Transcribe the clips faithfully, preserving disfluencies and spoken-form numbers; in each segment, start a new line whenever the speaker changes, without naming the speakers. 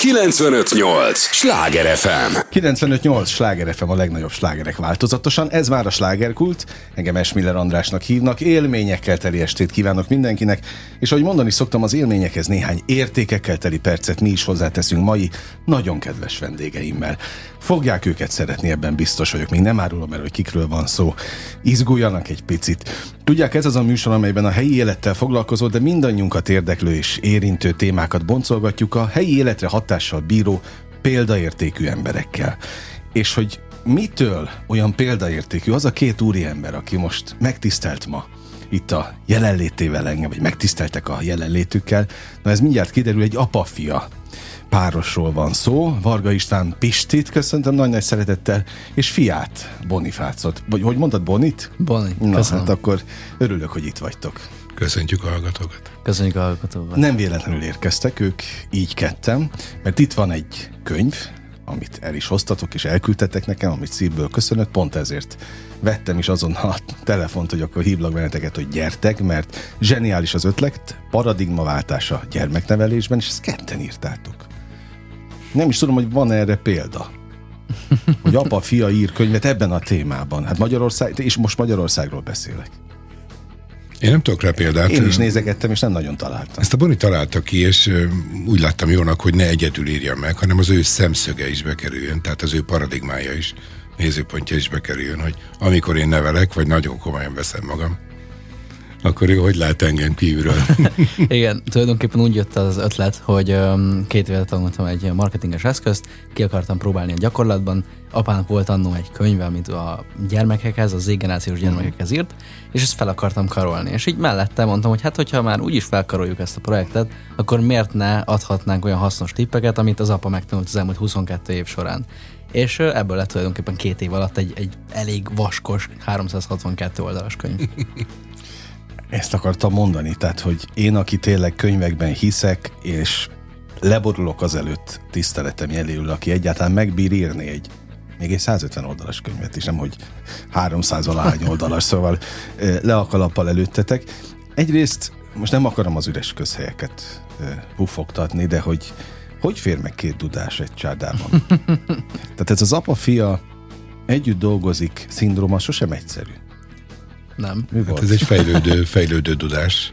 kilencvenöt nyolc Sláger ef em.
kilencvenöt nyolc Sláger ef em, a legnagyobb slágerek változatosan. Ez már a Slágerkult. Engem Esmiller Andrásnak hívnak. Élményekkel teli estét kívánok mindenkinek. És ahogy mondani szoktam, az élményekhez néhány értékekkel teli percet mi is hozzáteszünk mai nagyon kedves vendégeimmel. Fogják őket szeretni, ebben biztos vagyok. Még nem árulom el, hogy kikről van szó. Izguljanak egy picit. Tudják, ez az a műsor, amelyben a helyi élettel foglalkozó, de mindannyiunkat érdeklő és érintő témákat boncolgatjuk a helyi életre hatással bíró példaértékű emberekkel. És hogy mitől olyan példaértékű az a két úriember, aki most megtisztelt ma itt a jelenlétével engem, vagy megtiszteltek a jelenlétükkel. Na ez mindjárt kiderül, egy apa-fia párosról van szó. Varga István Pistit köszöntöm nagy-nagy szeretettel, és fiát, Bonifácot. Vagy hogy mondtad, Bonit?
Boni,
Na
köszönöm.
hát akkor örülök, hogy itt vagytok.
Köszöntjük a hallgatókat.
Köszönjük a hallgatókat.
Nem véletlenül érkeztek ők így ketten, mert itt van egy könyv, amit el is hoztatok, és elküldtetek nekem, amit szívből köszönök, pont ezért vettem is azon a telefont, hogy akkor hívlak benneteket, hogy gyertek, mert zseniális az ötlet, paradigmaváltása gyermeknevelésben, és ezt ketten írtátok. Nem is tudom, hogy van erre példa, hogy apa-fia ír könyvet ebben a témában. Hát Magyarország, és most Magyarországról beszélek.
Én nem tudok rá példát.
Én is nézegettem, és nem nagyon találtam.
Ezt a Boni találta ki, és úgy láttam jónak, hogy ne egyedül írja meg, hanem az ő szemszöge is bekerüljön, tehát az ő paradigmája is, nézőpontja is bekerüljön, hogy amikor én nevelek, vagy nagyon komolyan veszem magam, akkor ő hogy lát engem kívülről?
Igen, tulajdonképpen úgy jött az ötlet, hogy um, két éve tanultam egy marketinges eszközt, ki akartam próbálni a gyakorlatban. Apának volt annó egy könyve, amit a gyermekekhez, a Z-generációs gyermekekhez írt, és ezt fel akartam karolni. És így mellette mondtam, hogy hát, hogyha már úgyis felkaroljuk ezt a projektet, akkor miért ne adhatnánk olyan hasznos tippeket, amit az apa megtanult az elmúlt huszonkettő év során. És ebből lett tulajdonképpen két év alatt egy, egy elég vaskos háromszázhatvankettő oldalas könyv.
Ezt akartam mondani, tehát, hogy én, aki tényleg könyvekben hiszek, és leborulok azelőtt tiszteletem jeléül, aki egyáltalán megbír írni egy még egy százötven oldalas könyvet is, nem hogy háromszáz valahány oldalas, szóval le a kalappal előttetek. Egyrészt most nem akarom az üres közhelyeket pufogtatni, de hogy hogy fér meg két dudás egy csárdában? Tehát ez az apa-fia együtt dolgozik szindróma sosem egyszerű.
Nem.
Hát ez egy fejlődő, fejlődő dudás.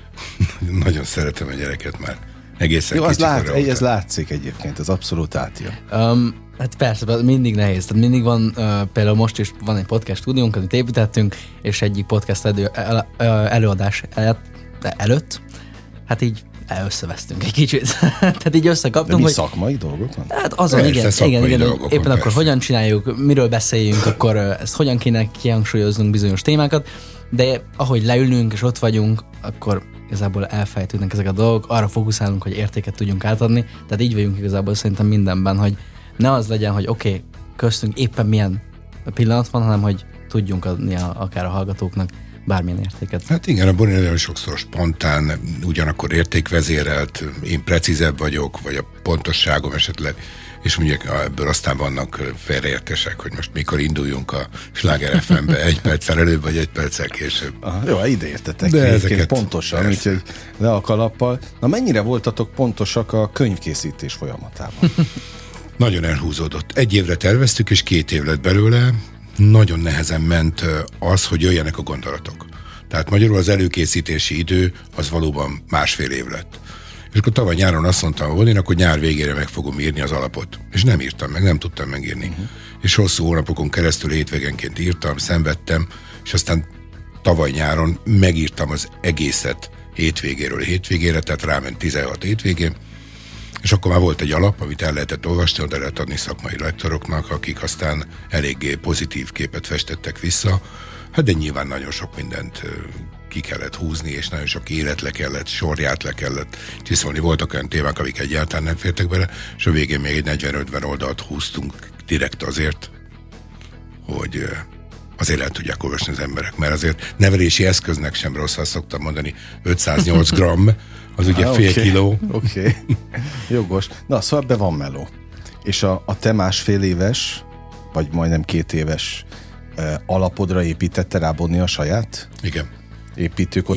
Nagyon szeretem a gyereket már. Egészen
jó, az lát,
kicsit.
ez látszik egyébként, ez abszolút átjön.
Um, hát persze, mindig nehéz. Tehát mindig van, uh, például most is van egy podcast stúdiónk, amit építettünk, és egyik podcast elő, el, előadás el, előtt, hát így összevesztünk egy kicsit. Tehát így összekaptunk.
De mi
hogy,
szakmai dolgok van?
Hát azon,
persze,
igen, igen, igen,
dolgok
éppen
van,
akkor
persze.
hogyan csináljuk, miről beszéljünk, akkor ezt hogyan kéne kihangsúlyoznunk bizonyos témákat, de ahogy leülünk és ott vagyunk, akkor igazából elfejtődnek ezek a dolgok, arra fókuszálunk, hogy értéket tudjunk átadni, tehát így vagyunk igazából szerintem mindenben, hogy ne az legyen, hogy oké, okay, köztünk éppen milyen pillanat van, hanem hogy tudjunk adni a, akár a hallgatóknak bármilyen értéket.
Hát igen, a Boni nagyon sokszor spontán, ugyanakkor értékvezérelt, én precízebb vagyok, vagy a pontosságom esetleg, és mondjuk ebből aztán vannak félreértések, hogy most mikor induljunk a Sláger ef em-be, egy perccel előbb, vagy egy perccel később.
Aha, jó, ide értetek.
De
Egyébként
ezeket
pontosan,
persze.
úgyhogy le a kalappal. Na mennyire voltatok pontosak a könyvkészítés folyamatában?
Nagyon elhúzódott. Egy évre terveztük, és két év lett belőle. Nagyon nehezen ment az, hogy jöjjenek a gondolatok. Tehát magyarul az előkészítési idő az valóban másfél év lett. És akkor tavaly nyáron azt mondtam a Boninak, hogy nyár végére meg fogom írni az alapot. És nem írtam meg, nem tudtam megírni. Uh-huh. És hosszú hónapokon keresztül hétvégenként írtam, szenvedtem, és aztán tavaly nyáron megírtam az egészet hétvégéről hétvégére, tehát ráment tizenhat hétvégén, és akkor már volt egy alap, amit el lehetett olvasni, oda lehet adni szakmai lektoroknak, akik aztán eléggé pozitív képet festettek vissza. Hát de nyilván nagyon sok mindent ki kellett húzni, és nagyon sok élet le kellett, sorját le kellett csiszolni. Voltak olyan témák, amik egyáltalán nem fértek bele, és a végén még egy negyven-ötven oldalt húztunk direkt azért, hogy azért el tudják olvasni az emberek, mert azért nevelési eszköznek sem rossz, azt szoktam mondani, ötszáznyolc gramm, az ugye ah, fél okay. kiló.
Oké, okay. Jogos. Na, szóval be van meló. És a, a te másfél éves, vagy majdnem két éves uh, alapodra építette rá Boni a saját?
Igen.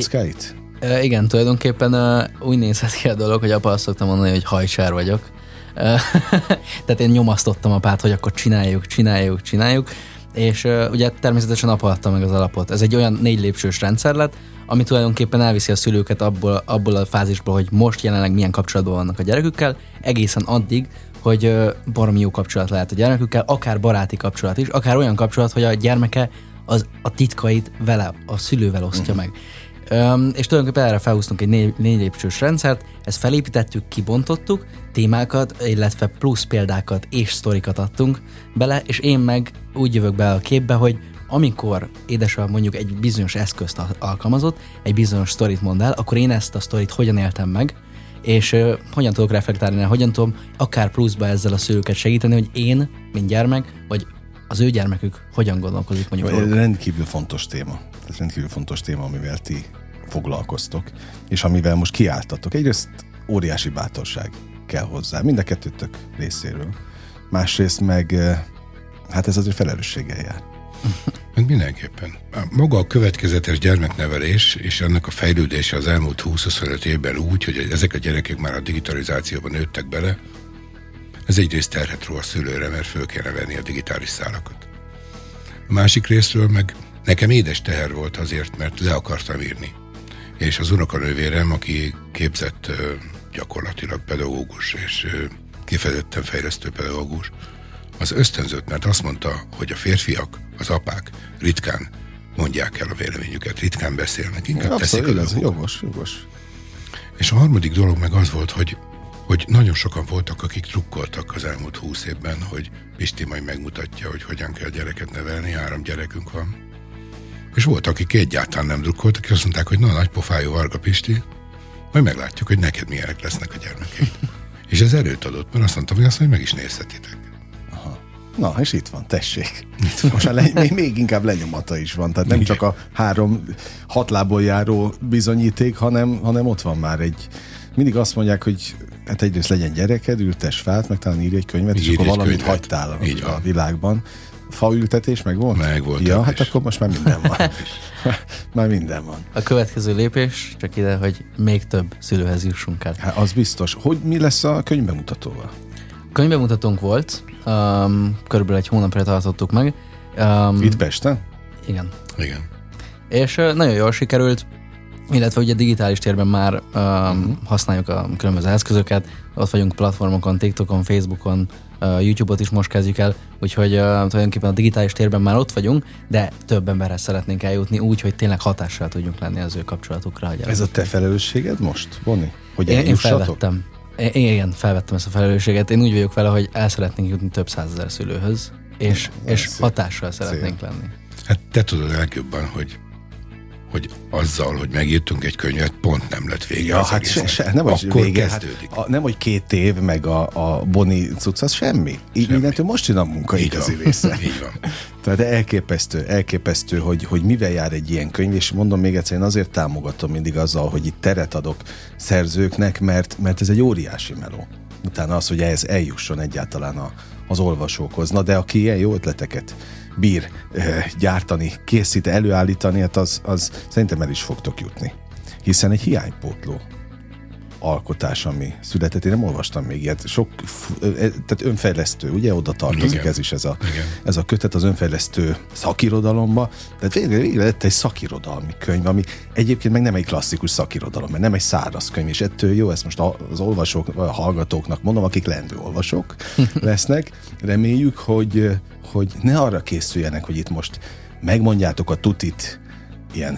Építőkockáit?
I- igen, tulajdonképpen uh, úgy nézhet ki a dolog, hogy apa azt szoktam mondani, hogy hajsár vagyok. Tehát én nyomasztottam apát, hogy akkor csináljuk, csináljuk, csináljuk, és uh, ugye természetesen apa adta meg az alapot. Ez egy olyan négy lépcsős rendszer lett, ami tulajdonképpen elviszi a szülőket abból, abból a fázisból, hogy most jelenleg milyen kapcsolatban vannak a gyerekükkel, egészen addig, hogy uh, baromi jó kapcsolat lehet a gyermekükkel, akár baráti kapcsolat is, akár olyan kapcsolat, hogy a gyermeke az a titkait vele, a szülővel osztja uh-huh. meg. Um, és tulajdonképpen erre felhúztunk egy négy, négy lépcsős rendszert, ezt felépítettük, kibontottuk, témákat, illetve plusz példákat és sztorikat adtunk bele, és én meg úgy jövök be a képbe, hogy amikor édesapám mondjuk egy bizonyos eszközt alkalmazott, egy bizonyos sztorit mond el, akkor én ezt a sztorit hogyan éltem meg, és uh, hogyan tudok reflektálni, hogyan tudom akár pluszba ezzel a szülőket segíteni, hogy én, mint gyermek, vagy az ő gyermekük hogyan gondolkozik mondjuk.
Ez rendkívül fontos téma. Ez rendkívül fontos téma, amivel ti foglalkoztok, és amivel most kiálltatok. Egyrészt óriási bátorság kell hozzá, mind a kettőtök részéről. Másrészt meg, hát ez azért felelősséggel jár.
Hát mindenképpen. Maga a következetes gyermeknevelés és ennek a fejlődése az elmúlt húsz-huszonöt évben úgy, hogy ezek a gyerekek már a digitalizációban nőttek bele, ez egyrészt terhet ró a szülőre, mert föl kellene venni a digitális szálakat. A másik részről meg nekem édes teher volt azért, mert le akartam írni. És az unokanővérem, aki képzett gyakorlatilag pedagógus és kifejezetten fejlesztő pedagógus, az ösztönzött, mert azt mondta, hogy a férfiak, az apák ritkán mondják el a véleményüket, ritkán beszélnek, inkább
ja,
teszik a
dolgokat. Jogos, jogos.
És a harmadik dolog meg az volt, hogy hogy nagyon sokan voltak, akik trukkoltak az elmúlt húsz évben, hogy Pisti majd megmutatja, hogy hogyan kell gyereket nevelni, három gyerekünk van. És volt, akik egyáltalán nem drukkoltak, és azt mondták, hogy na, nagy pofájú Varga Pisti, majd meglátjuk, hogy neked milyenek lesznek a gyermekeid. És ez erőt adott, mert azt mondtam, hogy azt majd meg is nézhetitek.
Aha. Na, és itt van, tessék. Itt van. Most már le, még, még inkább lenyomata is van, tehát nem igen. csak a három hat lából járó bizonyíték, hanem, hanem ott van már egy. Mindig azt mondják, hogy hát egyrészt legyen gyereked, ültess fát, meg talán írj egy könyvet, és akkor valamit könyvet. hagytál a, a világban. Faültetés meg volt?
Meg volt.
Ja, hát akkor most már minden van. Már minden van.
A következő lépés csak ide, hogy még több szülőhez jussunk el.
Hát az biztos. Hogy mi lesz a könyvbemutatóval?
Könyvbemutatónk volt, um, körülbelül egy hónapra tartottuk meg. Um,
Itt Pesten?
Igen.
Igen.
És uh, nagyon jól sikerült, illetve ugye digitális térben már um, uh-huh. használjuk a különböző eszközöket, ott vagyunk platformokon, TikTokon, Facebookon, uh, YouTube-ot is most kezdjük el, úgyhogy uh, tulajdonképpen a digitális térben már ott vagyunk, de több emberhez szeretnénk eljutni úgy, hogy tényleg hatással tudjunk lenni az ő kapcsolatukra.
Ez a te felelősséged most, Boni? Hogy
én, én felvettem. Én, igen, felvettem ezt a felelősséget. Én úgy vagyok vele, hogy el szeretnénk jutni több százezer szülőhöz, és, és hatással szeretnénk szép. lenni.
Hát te tudod legjobban, hogy hogy azzal, hogy megírtunk egy könyvet, pont nem lett vége
ja,
az
hát se, se, nem
Akkor
vége,
kezdődik.
Hát, a, nem, hogy két év, meg a, a Boni cucc, az semmi. Így mindentől most jön a munka így igazi van. része.
Így van.
Tehát elképesztő, elképesztő, hogy, hogy mivel jár egy ilyen könyv, és mondom még egyszer, én azért támogatom mindig azzal, hogy itt teret adok szerzőknek, mert, mert ez egy óriási meló. Utána az, hogy ez eljusson egyáltalán a, az olvasókhoz. Na de aki ilyen jó ötleteket bír eh, gyártani, készít, előállítani, hát az, az szerintem el is fogtok jutni. Hiszen egy hiánypótló alkotás, ami született, én nem olvastam még ilyet, sok, tehát önfejlesztő, ugye oda tartozik igen. ez is, ez a, ez a kötet az önfejlesztő szakirodalomba, tehát végre, végre lett egy szakirodalmi könyv, ami egyébként meg nem egy klasszikus szakirodalom, mert nem egy száraz könyv, és ettől jó, ezt most az olvasók, a hallgatóknak mondom, akik leendő olvasók lesznek, reméljük, hogy, hogy ne arra készüljenek, hogy itt most megmondjátok a tutit ilyen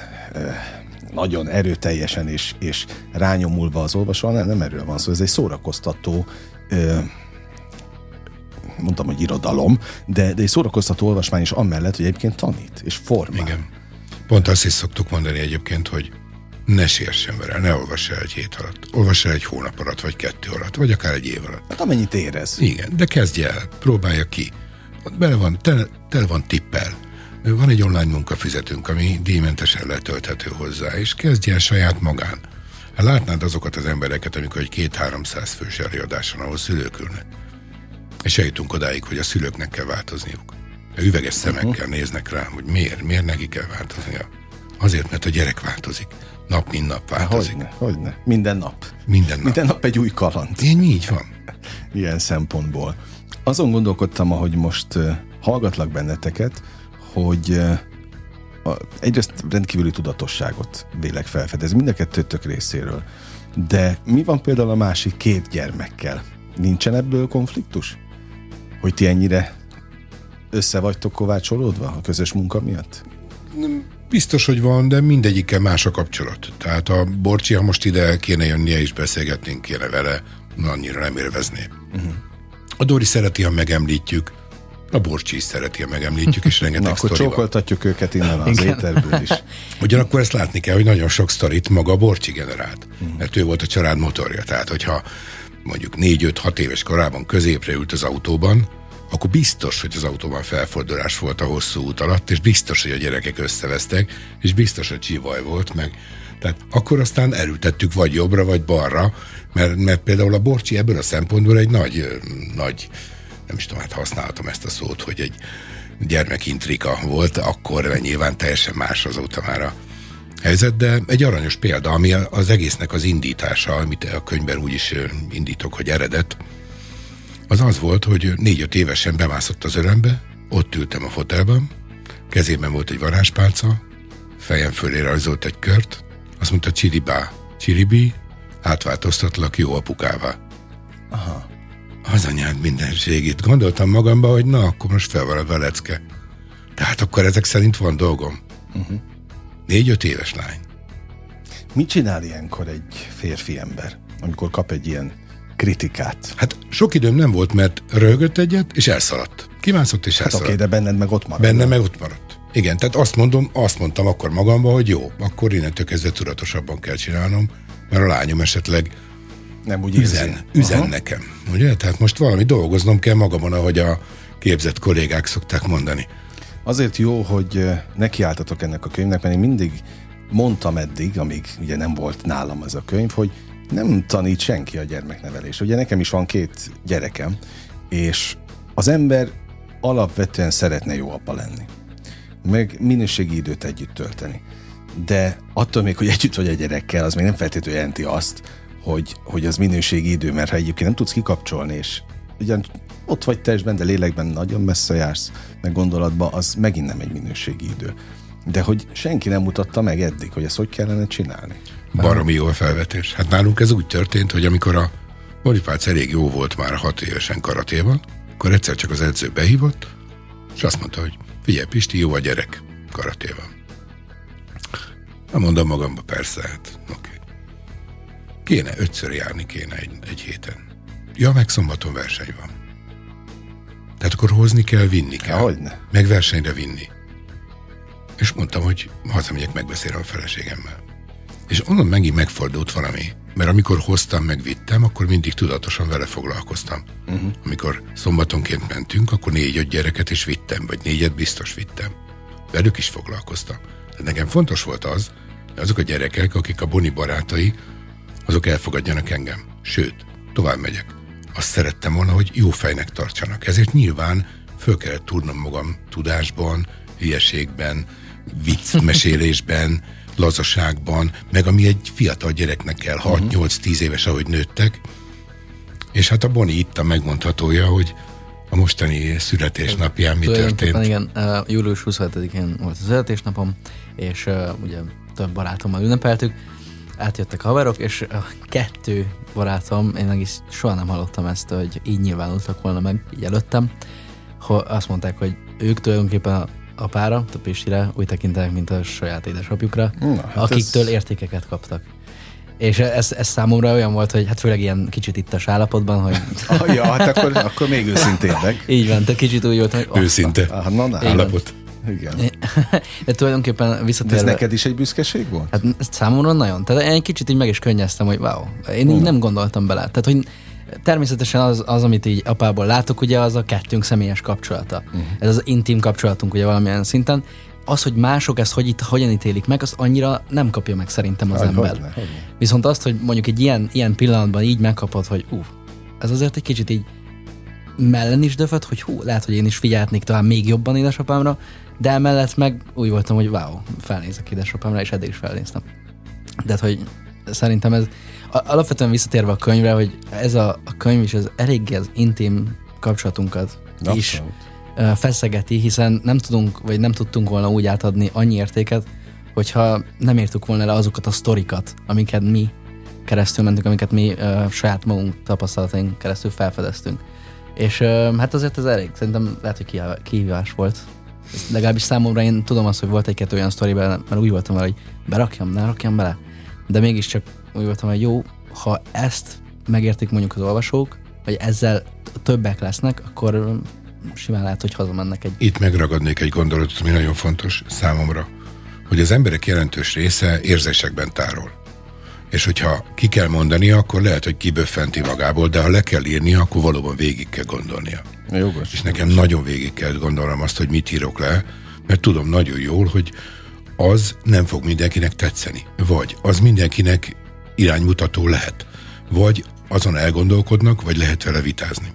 nagyon erőteljesen és, és rányomulva az olvasó, nem, nem erről van szó, ez egy szórakoztató ö, mondtam, hogy irodalom, de, de egy szórakoztató olvasmány is amellett, hogy egyébként tanít és formál.
Igen. Pont azt is szoktuk mondani egyébként, hogy ne sértsen vele, ne olvass el egy hét alatt. Olvass el egy hónap alatt, vagy kettő alatt, vagy akár egy év alatt.
Hát amennyit érez.
Igen, de kezdj el, próbálja ki. Bele van, tele, tele van tippel. Van egy online munkafizetőnk, ami díjmentesen letölthető hozzá, és kezdj el saját magán. Hát látnád azokat az embereket, amikor egy két-háromszáz fős előadáson, ahol szülők ülnek. És eljutunk odáig, hogy a szülőknek kell változniuk. Üveges szemekkel uh-huh. néznek rám, hogy miért, miért neki kell változnia. Azért, mert a gyerek változik. Nap, mint nap változik.
Hogyne, hogyne. Minden nap.
Minden nap.
Minden nap egy új kaland.
Én így van.
ilyen szempontból. Azon gondolkodtam, ahogy most uh, hallgatlak benneteket, hogy uh, a, egyrészt rendkívüli tudatosságot vélek felfedezni, mind a kettőtök részéről. De mi van például a másik két gyermekkel? Nincsen ebből konfliktus? Hogy ti ennyire össze vagytok kovácsolódva a közös munka miatt?
Biztos, hogy van, de mindegyikkel más a kapcsolat. Tehát a Borcsi, ha most ide kéne jönnie és beszélgetnénk kéne vele, annyira nem élvezné. Uh-huh. A Dori szereti, ha megemlítjük, a Borcsi is szereti, ha megemlítjük, és rengeteg
Na, akkor
sztori
csókoltatjuk őket innen az éterből is.
Ugyanakkor ezt látni kell, hogy nagyon sok sztorit maga a Borcsi generált, uh-huh. mert ő volt a család motorja. Tehát, hogyha mondjuk négy-öt-hat éves korában középre ült az autóban, akkor biztos, hogy az autóban felfordulás volt a hosszú út alatt, és biztos, hogy a gyerekek összevesztek, és biztos, hogy csivaj volt meg. Tehát akkor aztán elültettük vagy jobbra, vagy balra, mert, mert például a Borcsi ebből a szempontból egy nagy, nagy, nem is tudom, hát használhatom ezt a szót, hogy egy gyermekintrika volt, akkor nyilván teljesen más azóta már a helyzet, de egy aranyos példa, ami az egésznek az indítása, amit a könyvben úgy is indítok, hogy eredet, az az volt, hogy négy-öt évesen bemászott az örömbe, ott ültem a fotelben, kezében volt egy varázspálca, fejem fölé rajzolt egy kört, azt mondta csiribá, csiribi, átváltoztatlak jó apukává. Aha. Az anyád mindenségét. Gondoltam magamba, hogy na, akkor most fel van a velecke. Tehát akkor ezek szerint van dolgom. Uh-huh. Négy-öt éves lány.
Mit csinál ilyenkor egy férfi ember, amikor kap egy ilyen kritikát?
Hát sok időm nem volt, mert röhögött egyet, és elszaladt. Kimászott, és elszaladt.
Hát oké, de benned meg ott maradt.
Bennem meg ott maradt. Igen, tehát azt mondom, azt mondtam akkor magamba, hogy jó, akkor innentől kezdve tudatosabban kell csinálnom, mert a lányom esetleg
nem úgy
üzen, üzen nekem. Ugye? Tehát most valami dolgoznom kell magamon, ahogy a képzett kollégák szokták mondani.
Azért jó, hogy nekiálltatok ennek a könyvnek, mert én mindig mondtam eddig, amíg ugye nem volt nálam ez a könyv, hogy nem tanít senki a gyermeknevelés. Ugye nekem is van két gyerekem, és az ember alapvetően szeretne jó apa lenni. Meg minőségi időt együtt tölteni. De attól még, hogy együtt vagy a gyerekkel, az még nem feltétlenül jelenti azt, hogy, hogy az minőségi idő, mert ha egyébként nem tudsz kikapcsolni, és ugyan ott vagy testben, de lélekben nagyon messze jársz, meg gondolatban, az megint nem egy minőségi idő. De hogy senki nem mutatta meg eddig, hogy ezt hogy kellene csinálni.
Baromi jó a felvetés. Hát nálunk ez úgy történt, hogy amikor a Bonifác elég jó volt már hat évesen karatéban, akkor egyszer csak az edző behívott, és azt mondta, hogy figyelj Pisti, jó a gyerek karatéban. Na mondom magamba, persze, hát oké. Okay. Kéne ötször járni kéne egy, egy héten. Ja, meg szombaton verseny van. Tehát akkor hozni kell, vinni kell.
Hogyne.
Meg versenyre vinni. És mondtam, hogy hazamegyek, megbeszélem a feleségemmel. És onnan megint megfordult valami. Mert amikor hoztam, meg vittem, akkor mindig tudatosan vele foglalkoztam. Uh-huh. Amikor szombatonként mentünk, akkor négy-öt gyereket is vittem, vagy négyet biztos vittem. Velük is foglalkoztam. De nekem fontos volt az, hogy azok a gyerekek, akik a Boni barátai, azok elfogadjanak engem. Sőt, tovább megyek. Azt szerettem volna, hogy jó fejnek tartsanak. Ezért nyilván föl kellett tudnom magam tudásban, hülyeségben, viccmesélésben, lazaságban, meg ami egy fiatal gyereknek kell, hat-nyolc-tíz éves, ahogy nőttek. És hát a Boni itt a megmondhatója, hogy a mostani születésnapján mi történt.
Igen, uh, július huszonhetedikén volt a születésnapom, és uh, ugye több barátommal ünnepeltük, átjöttek haverok, és a kettő barátom, én meg is soha nem hallottam ezt, hogy így nyilvánultak volna meg, így előttem, azt mondták, hogy ők tulajdonképpen a apára, a Pistire úgy tekintenek, mint a saját édesapjukra, Na, hát akiktől ez... értékeket kaptak. És ez, ez számomra olyan volt, hogy hát főleg ilyen kicsit ittas állapotban, hogy...
ah, ja, hát akkor, akkor még őszintébbek.
Így van, te kicsit úgy volt, hogy...
Oh, őszinte
ah, na, na,
állapot.
Igen.
De tulajdonképpen visszatérve...
De ez neked is egy büszkeség volt?
Hát ez számomra nagyon. Tehát én egy kicsit így meg is könnyeztem, hogy wow, én így nem gondoltam bele. Tehát, hogy természetesen az, az, amit így apából látok, ugye az a kettőnk személyes kapcsolata. Uh-huh. Ez az intim kapcsolatunk ugye valamilyen szinten. Az, hogy mások ezt hogy itt, hogyan ítélik meg, az annyira nem kapja meg szerintem az
Aj,
ember.
Hogyne, hogyne.
Viszont azt, hogy mondjuk egy ilyen, ilyen pillanatban így megkapod, hogy ú, ez azért egy kicsit így mellen is döfött, hogy hú, lehet, hogy én is figyelhetnék talán még jobban édesapámra, de emellett meg úgy voltam, hogy wow, felnézek édesapámra, és eddig is felnéztem. De hogy szerintem ez alapvetően visszatérve a könyvre, hogy ez a, a könyv is ez eléggé az intim kapcsolatunkat
Abszolút.
is feszegeti, hiszen nem tudunk, vagy nem tudtunk volna úgy átadni annyi értéket, hogyha nem értük volna le azokat a sztorikat, amiket mi keresztül mentünk, amiket mi uh, saját magunk tapasztalataink keresztül felfedeztünk. És uh, hát azért ez elég, szerintem lehet, hogy kihívás volt. Ez legalábbis számomra én tudom azt, hogy volt egy-kettő olyan sztoriben, mert úgy voltam vele, hogy berakjam, ne rakjam bele, de mégiscsak úgy voltam, hogy jó, ha ezt megértik mondjuk az olvasók, vagy ezzel többek lesznek, akkor simán lehet, hogy hazamennek egy...
Itt megragadnék egy gondolatot, ami nagyon fontos számomra, hogy az emberek jelentős része érzésekben tárol. És hogyha ki kell mondania, akkor lehet, hogy kiböffenti magából, de ha le kell írnia, akkor valóban végig kell gondolnia.
Jogos.
És nekem nagyon végig kell gondolnom azt, hogy mit írok le, mert tudom nagyon jól, hogy az nem fog mindenkinek tetszeni. Vagy az mindenkinek iránymutató lehet. Vagy azon elgondolkodnak, vagy lehet vele vitázni.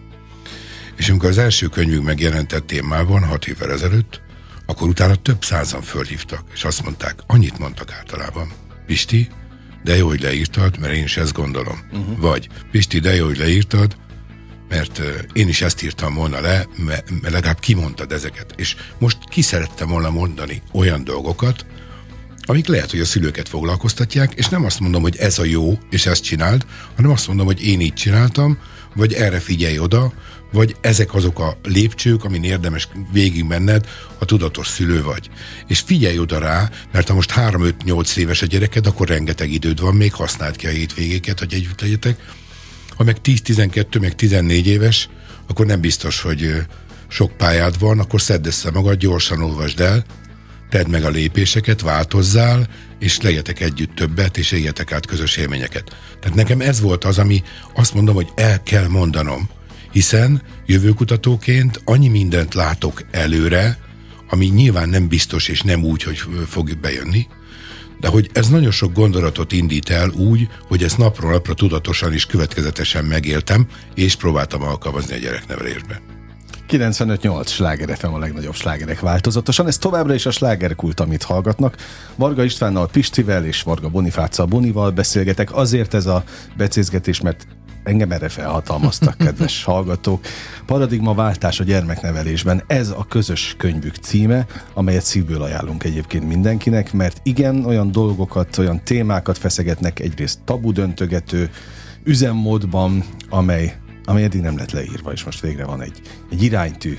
És amikor az első könyvünk megjelentett témában, hat évvel ezelőtt, akkor utána több százan fölhívtak, és azt mondták, annyit mondtak általában. Pisti, de jó, hogy leírtad, mert én is ezt gondolom. Uh-huh. Vagy, Pisti, de jó, hogy leírtad, mert uh, én is ezt írtam volna le, mert, mert legalább kimondtad ezeket. És most ki szerettem volna mondani olyan dolgokat, amik lehet, hogy a szülőket foglalkoztatják, és nem azt mondom, hogy ez a jó, és ezt csináld, hanem azt mondom, hogy én így csináltam, vagy erre figyelj oda, vagy ezek azok a lépcsők, amin érdemes végig menned, ha tudatos szülő vagy. És figyelj oda rá, mert ha most három-öt-nyolc éves a gyereked, akkor rengeteg időd van, még használd ki a hétvégéket, hogy együtt legyetek. Ha meg tíz-tizenkettő, meg tizennégy éves, akkor nem biztos, hogy sok pályád van, akkor szedd össze magad, gyorsan olvasd el, tedd meg a lépéseket, változzál, és legyetek együtt többet, és éljetek át közös élményeket. Tehát nekem ez volt az, ami azt mondom, hogy el kell mondanom, hiszen jövőkutatóként annyi mindent látok előre, ami nyilván nem biztos, és nem úgy, hogy fog bejönni, de hogy ez nagyon sok gondolatot indít el úgy, hogy ezt napról napra tudatosan és következetesen megéltem, és próbáltam alkalmazni a gyereknevelésbe.
kilencvenöt nyolc Sláger ef em a legnagyobb slágerek változatosan. Ez továbbra is a slágerkult, amit hallgatnak. Varga Istvánnal, Pistivel és Varga Bonifáccal, Bonival beszélgetek. Azért ez a becézgetés, mert engem erre felhatalmaztak, kedves hallgatók. Paradigmaváltás a gyermeknevelésben. Ez a közös könyvük címe, amelyet szívből ajánlunk egyébként mindenkinek, mert igen, olyan dolgokat, olyan témákat feszegetnek, egyrészt tabu döntögető üzemmódban, amely amely eddig nem lett leírva, és most végre van egy, egy iránytű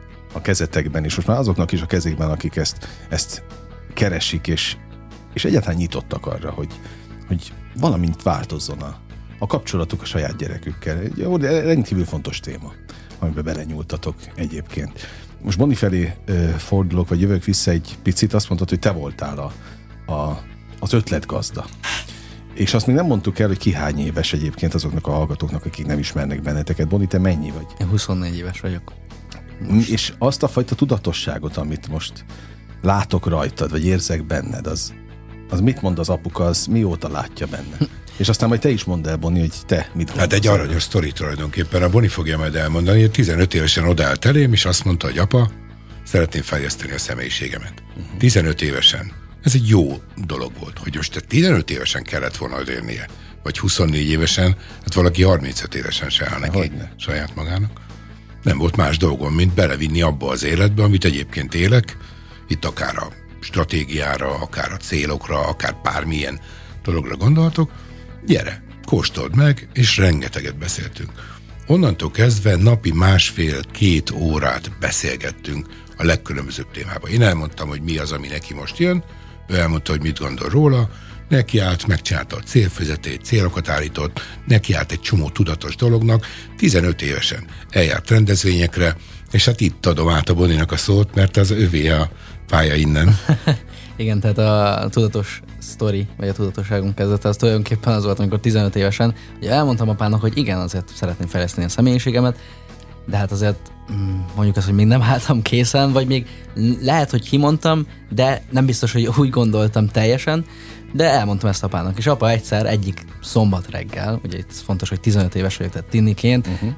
a kezetekben, és most már azoknak is a kezékben, akik ezt, ezt keresik, és, és egyáltalán nyitottak arra, hogy, hogy valamint változzon a, a kapcsolatuk a saját gyerekükkel. Egy rendkívül fontos téma, amiben belenyúltatok egyébként. Most Boni felé ö, fordulok, vagy jövök vissza egy picit, azt mondtad, hogy te voltál a, a, az ötletgazda. És azt még nem mondtuk el, hogy ki hány éves egyébként azoknak a hallgatóknak, akik nem ismernek benneteket. Boni, te mennyi vagy?
Én huszonnégy éves vagyok.
Most. És azt a fajta tudatosságot, amit most látok rajtad, vagy érzek benned, az, az mit mond az apuka, az mióta látja benne? És aztán majd te is mondd el, Boni, hogy te mit gondolsz.
Hát egy aranyos sztori tulajdonképpen. A Boni fogja majd elmondani, hogy tizenöt évesen odaállt elém, és azt mondta, hogy apa, szeretném fejleszteni a személyiségemet. Uh-huh. tizenöt évesen. Ez egy jó dolog volt, hogy most te tizenöt évesen kellett volna elérnie, vagy huszonnégy évesen, hát valaki harmincöt évesen se áll neki Hogyne. saját magának. Nem volt más dolgom, mint belevinni abba az életbe, amit egyébként élek, itt akár a stratégiára, akár a célokra, akár bármilyen dologra gondoltok, gyere, kóstold meg, és rengeteget beszéltünk. Onnantól kezdve napi másfél-két órát beszélgettünk a legkülönbözőbb témában. Én elmondtam, hogy mi az, ami neki most jön, ő elmondta, hogy mit gondol róla, neki állt, megcsinálta a célfüzetét, célokat állított, neki állt egy csomó tudatos dolognak, tizenöt évesen eljárt rendezvényekre, és hát itt adom át a Boninak a szót, mert az övé a pálya innen.
Igen, tehát a tudatos sztori, vagy a tudatosságunk kezdete, az tulajdonképpen az volt, amikor tizenöt évesen, ugye elmondtam apának, hogy igen, azért szeretném fejleszteni a személyiségemet, de hát azért mondjuk azt, hogy még nem álltam készen, vagy még lehet, hogy kimondtam, de nem biztos, hogy úgy gondoltam teljesen, de elmondtam ezt apának, és apa egyszer egyik szombat reggel, ugye itt fontos, hogy tizenöt éves vagyok, tehát tinniként, uh-huh.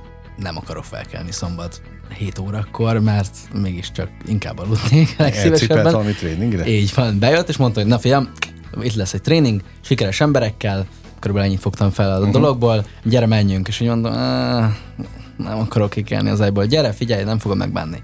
nem akarok felkelni szombat hét órakor, mert mégiscsak inkább aludnék legszívesebben.
Elcipelt valami tréningre?
Így van, bejött, és mondta, hogy na fiam, itt lesz egy tréning, sikeres emberekkel, körülbelül ennyit fogtam fel a uh-huh. dologból, gyere, menjünk, és így mondom, nem akarok kikelni az ágyból, gyere, figyelj, nem fogom megbánni.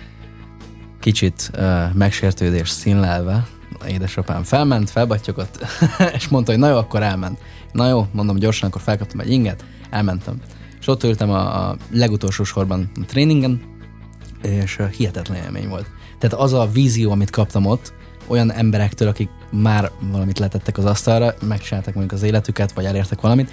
Kicsit uh, megsértődés színlelve, édesapám felment, felbattyogott, és mondta, hogy na jó, akkor elment. Na jó, mondom gyorsan, akkor felkaptam egy inget, elmentem. És ott ültem a, a legutolsó sorban a tréningen, és uh, hihetetlen élmény volt. Tehát az a vízió, amit kaptam ott, olyan emberektől, akik már valamit letettek az asztalra, megcsináltak mondjuk az életüket, vagy elértek valamit,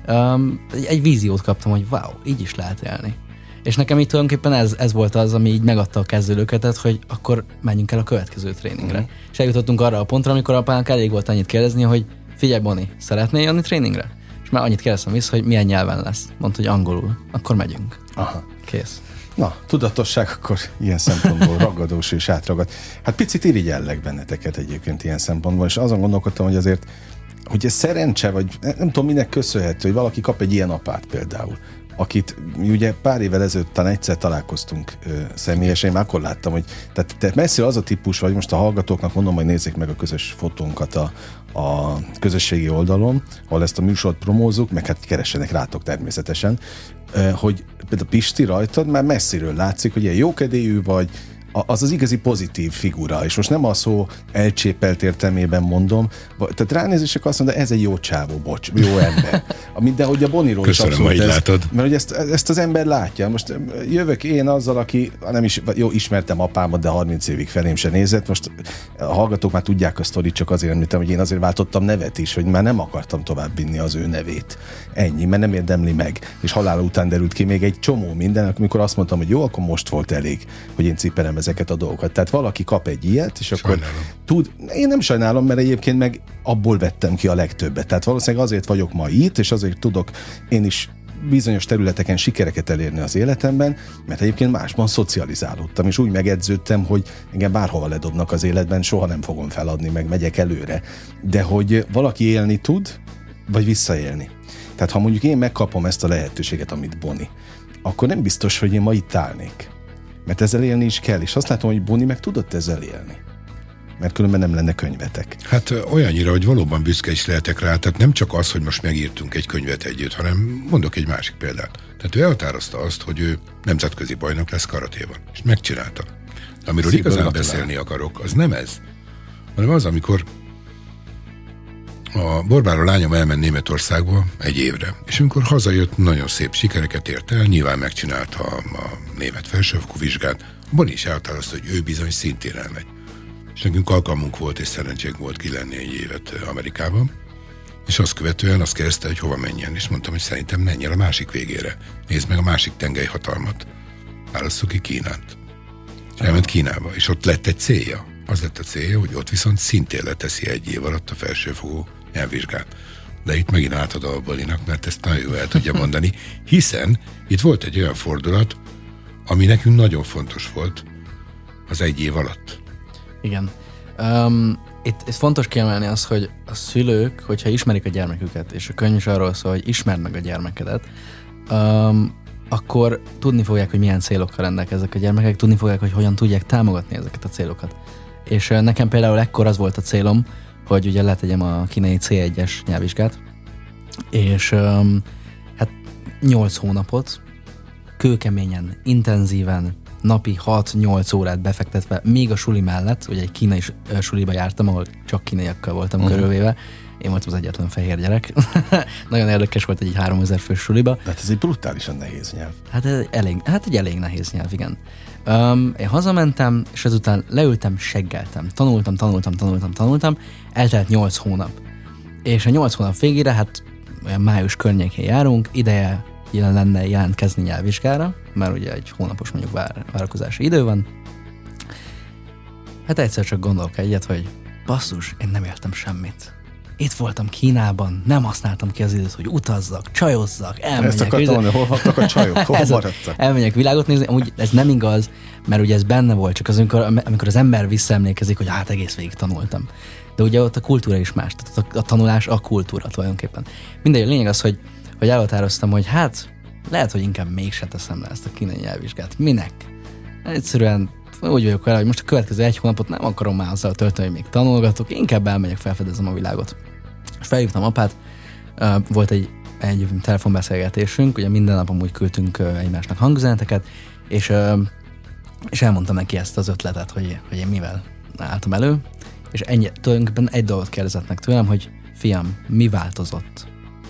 um, egy, egy víziót kaptam, hogy wow, így is lehet élni. És nekem így tulajdonképpen ez, ez volt az, ami így megadta a kezdőlöketet, hogy akkor menjünk el a következő tréningre. Mm. És eljutottunk arra a pontra, amikor apának elég volt annyit kérdezni, hogy figyelj, Boni, szeretnél jönni tréningre? És már annyit kérdeztem vissza, hogy milyen nyelven lesz. Mondta, hogy angolul. Akkor megyünk. Aha. Kész.
Na, tudatosság akkor ilyen szempontból ragadós és átragad. Hát picit irigyellek benneteket egyébként ilyen szempontból, és azon gondolkodtam, hogy azért, hogy ez szerencse, vagy nem tudom, minek köszönhető, hogy valaki kap egy ilyen apát például, akit mi ugye pár évvel ezelőtt talán egyszer találkoztunk ö, személyesen, én már akkor láttam, hogy tehát te messzire az a típus vagy, most a hallgatóknak mondom, hogy nézzék meg a közös fotónkat a, a közösségi oldalon, ahol ezt a műsort promózzuk, meg hát keressenek rátok természetesen, ö, hogy például Pisti rajtad már messziről látszik, hogy ilyen jókedélyű vagy, az az igazi pozitív figura, és most nem a szó elcsépelt értelmében mondom, tehát ránézések azt mondja, ez egy jó csávó, bocs, jó ember. De hogy a Boniról is abszolút ez, látod. Mert hogy ezt, ezt az ember látja. Most jövök én azzal, aki nem is, jó, ismertem apámat, de harminc évig felém se nézett. Most a hallgatók már tudják a sztorit, csak azért említem, hogy én azért váltottam nevet is, hogy már nem akartam tovább vinni az ő nevét. Ennyi, mert nem érdemli meg. És halála után derült ki még egy csomó minden, amikor azt mondtam, hogy jó, akkor most volt elég, hogy én ciperem ezeket a dolgokat. Tehát valaki kap egy ilyet, és akkor sajnálom. Tud, én nem sajnálom, mert egyébként meg abból vettem ki a legtöbbet. Tehát valószínűleg azért vagyok ma itt, és azért tudok én is bizonyos területeken sikereket elérni az életemben, mert egyébként másban szocializálódtam, és úgy megedződtem, hogy engem bárhova ledobnak az életben, soha nem fogom feladni, meg megyek előre. De hogy valaki élni tud, vagy visszaélni. Tehát ha mondjuk én megkapom ezt a lehetőséget, amit Boni, akkor nem biztos, hogy én ma itt állnék. Mert ezzel élni is kell, és azt látom, hogy Boni meg tudott ezzel élni. Mert különben nem lenne könyvetek.
Hát olyannyira, hogy valóban büszke is lehetek rá, tehát nem csak az, hogy most megírtunk egy könyvet együtt, hanem mondok egy másik példát. Tehát ő elhatározta azt, hogy ő nemzetközi bajnok lesz karatéban, és megcsinálta. Amiről Szívből igazán gratulál. Beszélni akarok, az nem ez, hanem az, amikor a Borbára lányom elment Németországba egy évre, és amikor hazajött, nagyon szép sikereket ért el, nyilván megcsinálta a, a német felsőfokú vizsgát, Boni is elhatározta, hogy ő bizony szintén elmegy. És nekünk alkalmunk volt, és szerencsénk volt ki lenni egy évet Amerikában, és azt követően azt kérdezte, hogy hova menjen, és mondtam, hogy szerintem menjen a másik végére. Nézd meg a másik tengely hatalmat. Válasszuk ki Kínát. És elment Kínába, és ott lett egy célja. Az lett a célja, hogy ott viszont szintén leteszi egy év alatt a felsőfokú nyelvvizsgát. De itt megint átad a Balinak, mert ezt nagyon jól el tudja mondani, hiszen itt volt egy olyan fordulat, ami nekünk nagyon fontos volt az egy év alatt.
Igen. Um, itt, itt fontos kiemelni az, hogy a szülők, hogyha ismerik a gyermeküket, és a könyv is arról szól, hogy ismerd meg a gyermekedet, um, akkor tudni fogják, hogy milyen célokkal rendelkeznek a gyermekek, tudni fogják, hogy hogyan tudják támogatni ezeket a célokat. És uh, nekem például ekkor az volt a célom, hogy ugye letegyem a kínai cé egyes nyelvvizsgát, és um, hát nyolc hónapot kőkeményen, intenzíven, napi hat-nyolc órát befektetve, még a suli mellett, ugye egy kínai suliba jártam, ahol csak kínaiakkal voltam uh-huh. körülvéve, én voltam az egyetlen fehér gyerek. Nagyon érdekes volt egy háromezer fős suliba.
De hát ez egy brutálisan nehéz nyelv.
Hát, ez elég, hát egy elég nehéz nyelv, igen. Um, én hazamentem, és ezután leültem, seggeltem. Tanultam, tanultam, tanultam, tanultam. Eltelt nyolc hónap. És a nyolc hónap végére, hát olyan május környékén járunk, ideje lenne jelentkezni nyelvvizsgára, mert ugye egy hónapos mondjuk vár, várakozási idő van. Hát egyszer csak gondolok egyet, hogy basszus, én nem éltem semmit. Itt voltam Kínában, nem használtam ki az időt, hogy utazzak, csajozzak, elmenjek.
Ezt akartam mondani, hol vannak a csajok, hol maradtak?
Elmenjek világot nézni, amúgy ez nem igaz, mert ugye ez benne volt, csak az, amikor, amikor az ember visszaemlékezik, hogy hát egész végig tanultam. De ugye ott a kultúra is más, tehát a, a tanulás a kultúra tulajdonképpen. Mindegy, a lényeg az, hogy, hogy elhatároztam, hogy hát lehet, hogy inkább mégse teszem le ezt a kínai nyelvvizsgát. Minek? Egyszerűen úgy vagyok vele, hogy most a következő egy hónapot nem akarom már azzal tölteni, hogy még tanulgatok, inkább elmegyek, felfedezem a világot. És felhívtam apát, volt egy, egy telefonbeszélgetésünk, ugye minden nap amúgy küldtünk egymásnak hangüzeneteket, és, és elmondtam neki ezt az ötletet, hogy, hogy én mivel álltam elő, és ennyi, tulajdonképpen egy dolgot kérdezett meg tőlem, hogy fiam, mi változott?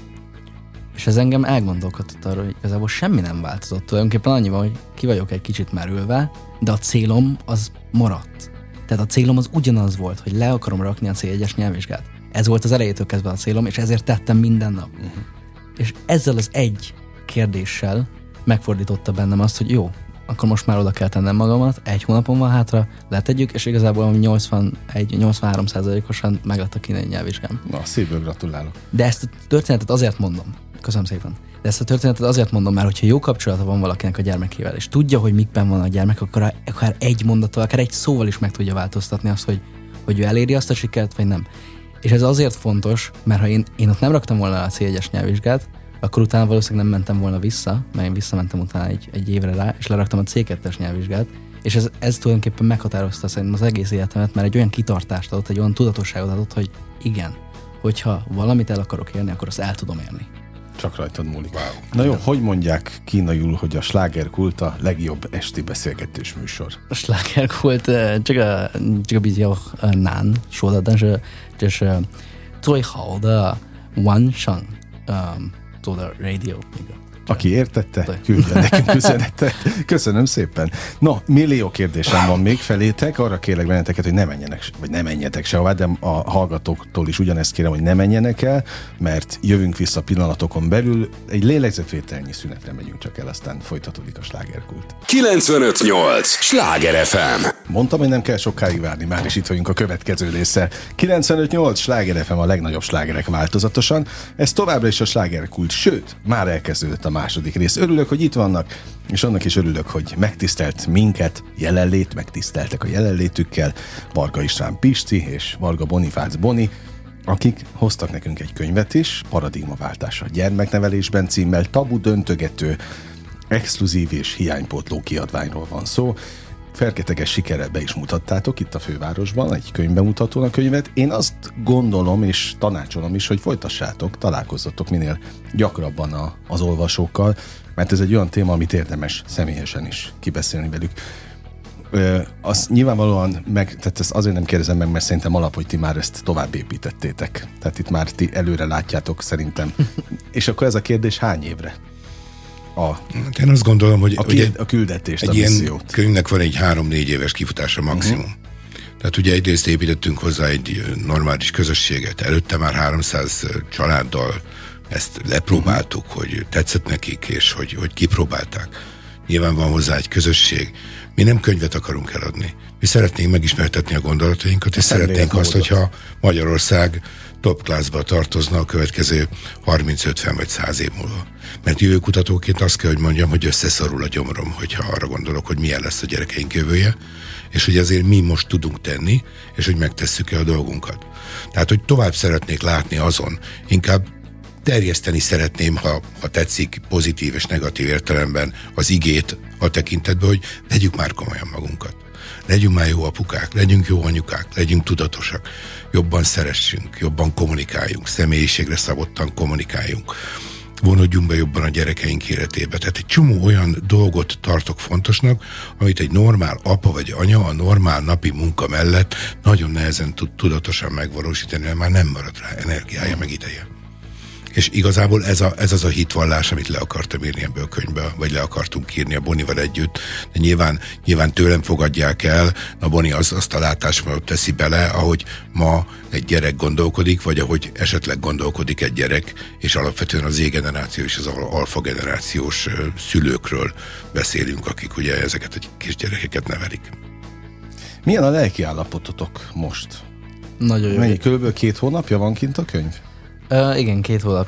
És ez engem elgondolkodott arra, hogy igazából semmi nem változott. Tulajdonképpen annyiban, hogy ki vagyok egy kicsit merülve, de a célom az maradt. Tehát a célom az ugyanaz volt, hogy le akarom rakni a cé egyes nyelvvizsgát. Ez volt az elejétől kezdve a célom, és ezért tettem minden nap. Uh-huh. És ezzel az egy kérdéssel megfordította bennem azt, hogy jó, akkor most már oda kell tennem magamat, egy hónapon van hátra, letegyük, és igazából nyolcvanegy-nyolcvanhárom százalékosan meg lett a kínai nyelvvizsgám.
Na, szívből gratulálok.
De ezt a történetet azért mondom, köszönöm szépen, de ezt a történetet azért mondom, mert hogyha jó kapcsolata van valakinek a gyermekével, és tudja, hogy mikben van a gyermek, akkor akár egy mondattal, akár egy szóval is meg tudja változtatni azt, hogy, hogy ő eléri azt a sikert, vagy nem. És ez azért fontos, mert ha én, én ott nem raktam volna a cé egyes nyelvvizsgát, akkor utána valószínűleg nem mentem volna vissza, mert én visszamentem utána egy, egy évre rá, és leraktam a cé kettes nyelvvizsgát, és ez, ez tulajdonképpen meghatározta szerintem az egész életemet, mert egy olyan kitartást adott, egy olyan tudatosságot adott, hogy igen, hogyha valamit el akarok érni, akkor azt el tudom érni.
Csak rajtad múlik. Wow. Na jó, hogy mondják kínaiul, hogy a slágerkult a legjobb esti beszélgetős műsor?
A slágerkult, 这个这个比较难说的，但是这是最好的晚上做的 radio 那个。
Aki értette, küldjön nekünk üzenetet. Köszönöm szépen. No, millió kérdésem van még felétek. Arra kérlek benneteket, hogy ne menjenek, vagy ne menjetek sehová, de a hallgatóktól is ugyanezt kérem, hogy ne menjenek el, mert jövünk vissza pillanatokon belül. Egy lélegzetvételnyi szünetre megyünk csak el, aztán folytatódik a slágerkult.
kilencvenöt nyolc Sláger ef em.
Mondtam, hogy nem kell sokáig várni, már is itt vagyunk a következő résszel. kilencvenöt nyolc Sláger ef em, a legnagyobb slágerek változatosan. Ez továbbra is a slágerkult, sőt, már elkezdődött a második rész. Örülök, hogy itt vannak, és annak is örülök, hogy megtisztelt minket, jelenlét, megtiszteltek a jelenlétükkel, Varga István Pisti és Varga Bonifác Boni, akik hoztak nekünk egy könyvet is, Paradigmaváltás a gyermeknevelésben címmel, tabu döntögető, exkluzív és hiánypótló kiadványról van szó. Ferketeges sikerrel be is mutattátok itt a fővárosban, egy könyvbemutatón a könyvet. Én azt gondolom és tanácsolom is, hogy folytassátok, találkozzatok minél gyakrabban a, az olvasókkal, mert ez egy olyan téma, amit érdemes személyesen is kibeszélni velük. Ö, azt nyilvánvalóan meg, tehát ezt azért nem kérdezem meg, mert szerintem alap, hogy ti már ezt tovább építettétek. Tehát itt már ti előre látjátok szerintem. És akkor ez a kérdés, hány évre? A,
Én azt gondolom, hogy,
a,
hogy
a küldetést,
egy
a
ilyen
missziót.
könyvnek van egy három-négy éves kifutása maximum. Uh-huh. Tehát ugye egyrészt építettünk hozzá egy normális közösséget. Előtte már háromszáz családdal ezt lepróbáltuk, uh-huh. hogy tetszett nekik, és hogy, hogy kipróbálták. Nyilván van hozzá egy közösség. Mi nem könyvet akarunk eladni. Mi szeretnénk megismertetni a gondolatainkat, és szeretnénk azt, hogyha Magyarország top classba tartozna a következő harminc, ötven vagy száz év múlva. Mert jövőkutatóként azt kell, hogy mondjam, hogy összeszorul a gyomrom, hogyha arra gondolok, hogy milyen lesz a gyerekeink jövője, és hogy azért mi most tudunk tenni, és hogy megtesszük-e a dolgunkat. Tehát, hogy tovább szeretnék látni azon, inkább terjeszteni szeretném, ha, ha tetszik, pozitív és negatív értelemben az igét a tekintetben, hogy legyük már komolyan magunkat. Legyünk már jó apukák, legyünk jó anyukák, legyünk tudatosak, jobban szeressünk, jobban kommunikáljunk, személyiségre szabottan kommunikáljunk, vonódjunk be jobban a gyerekeink életébe. Tehát egy csomó olyan dolgot tartok fontosnak, amit egy normál apa vagy anya a normál napi munka mellett nagyon nehezen tud tudatosan megvalósítani, mert már nem marad rá energiája meg ideje. És igazából ez, a, ez az a hitvallás, amit le akartam írni ebből a könyvbe, vagy le akartunk írni a Bonival együtt, de nyilván, nyilván tőlem fogadják el, a Boni az, azt a látásmódot teszi bele, ahogy ma egy gyerek gondolkodik, vagy ahogy esetleg gondolkodik egy gyerek, és alapvetően az Z-generáció és az alfa generációs szülőkről beszélünk, akik ugye ezeket a kisgyerekeket nevelik.
Milyen a lelki állapototok most?
Nagyon jó.
Mennyi, körülbelül két hónapja van kint a könyv?
Uh, igen, két hónapja.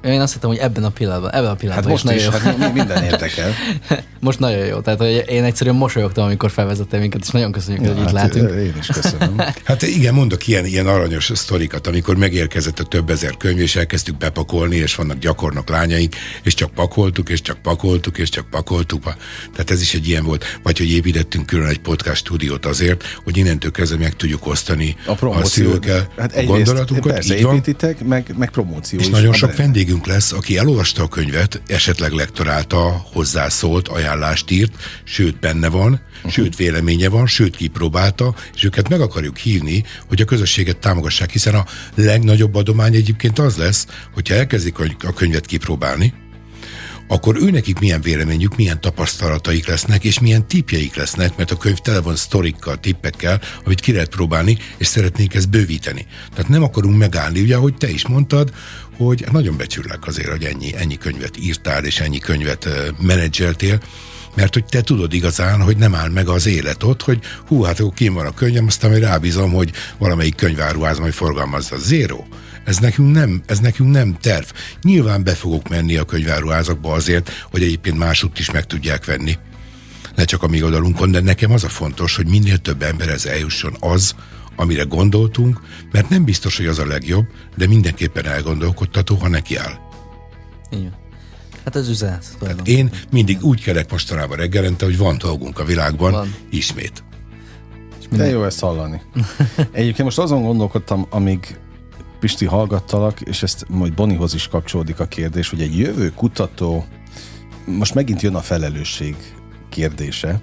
Én azt hittem, hogy ebben a pillanatban, ebben a pillanatban
Hát most is, is hát minden érdekel.
Most nagyon jó, tehát hogy én egyszerűen mosolyogtam, amikor felvezettem minket, és nagyon köszönjük, ja, hogy
hát
itt látunk.
Én is köszönöm.
Hát igen, mondok ilyen, ilyen aranyos sztorikat, amikor megérkezett a több ezer könyv, és elkezdtük bepakolni, és vannak gyakornok lányaink, és csak pakoltuk, és csak pakoltuk, és csak pakoltuk. Tehát ez is egy ilyen volt. Vagy hogy építettünk külön egy podcast stúdiót azért, hogy innentől kezdve meg tudjuk osztani a, a szülőkkel
hát
a gondolatunkat.
Persze, építitek, meg, meg promóció
és
is.
nagyon sok vendégünk lesz, aki elolvasta a könyvet, esetleg lektorálta, hozzászólt, ajánlást írt, sőt benne van, uh-huh. sőt véleménye van, sőt kipróbálta, és őket meg akarjuk hívni, hogy a közösséget támogassák, hiszen a legnagyobb adomány egyébként az lesz, hogyha elkezdik a könyvet kipróbálni, akkor őnekik milyen véleményük, milyen tapasztalataik lesznek, és milyen tippjeik lesznek, mert a könyv tele van sztorikkal, tippekkel, amit ki lehet próbálni, és szeretnénk ezt bővíteni. Tehát nem akarunk megállni, ugye, ahogy te is mondtad, hogy nagyon becsüllek azért, hogy ennyi, ennyi könyvet írtál, és ennyi könyvet uh, menedzseltél, mert hogy te tudod igazán, hogy nem áll meg az élet ott, hogy hú, hát akkor kín van a könyvem, aztán majd rábízom, hogy valamelyik könyváruház majd forgalmazza. Zéro. Ez nekünk, nem, ez nekünk nem terv. Nyilván be fogok menni a könyváruházakba azért, hogy egyébként másutt is meg tudják venni. Ne csak a mi oldalunkon, de nekem az a fontos, hogy minél több emberhez eljusson az, amire gondoltunk, mert nem biztos, hogy az a legjobb, de mindenképpen elgondolkodtató, ha neki áll.
Igen. Hát ez üzenet.
Hát én mindig úgy kelek mostanában reggelente, hogy van dolgunk a világban, van. Ismét.
De jó ezt hallani. Egyébként most azon gondolkodtam, amíg Pisti hallgattalak, és ezt majd Bonihoz is kapcsolódik a kérdés, hogy egy jövő kutató, most megint jön a felelősség kérdése,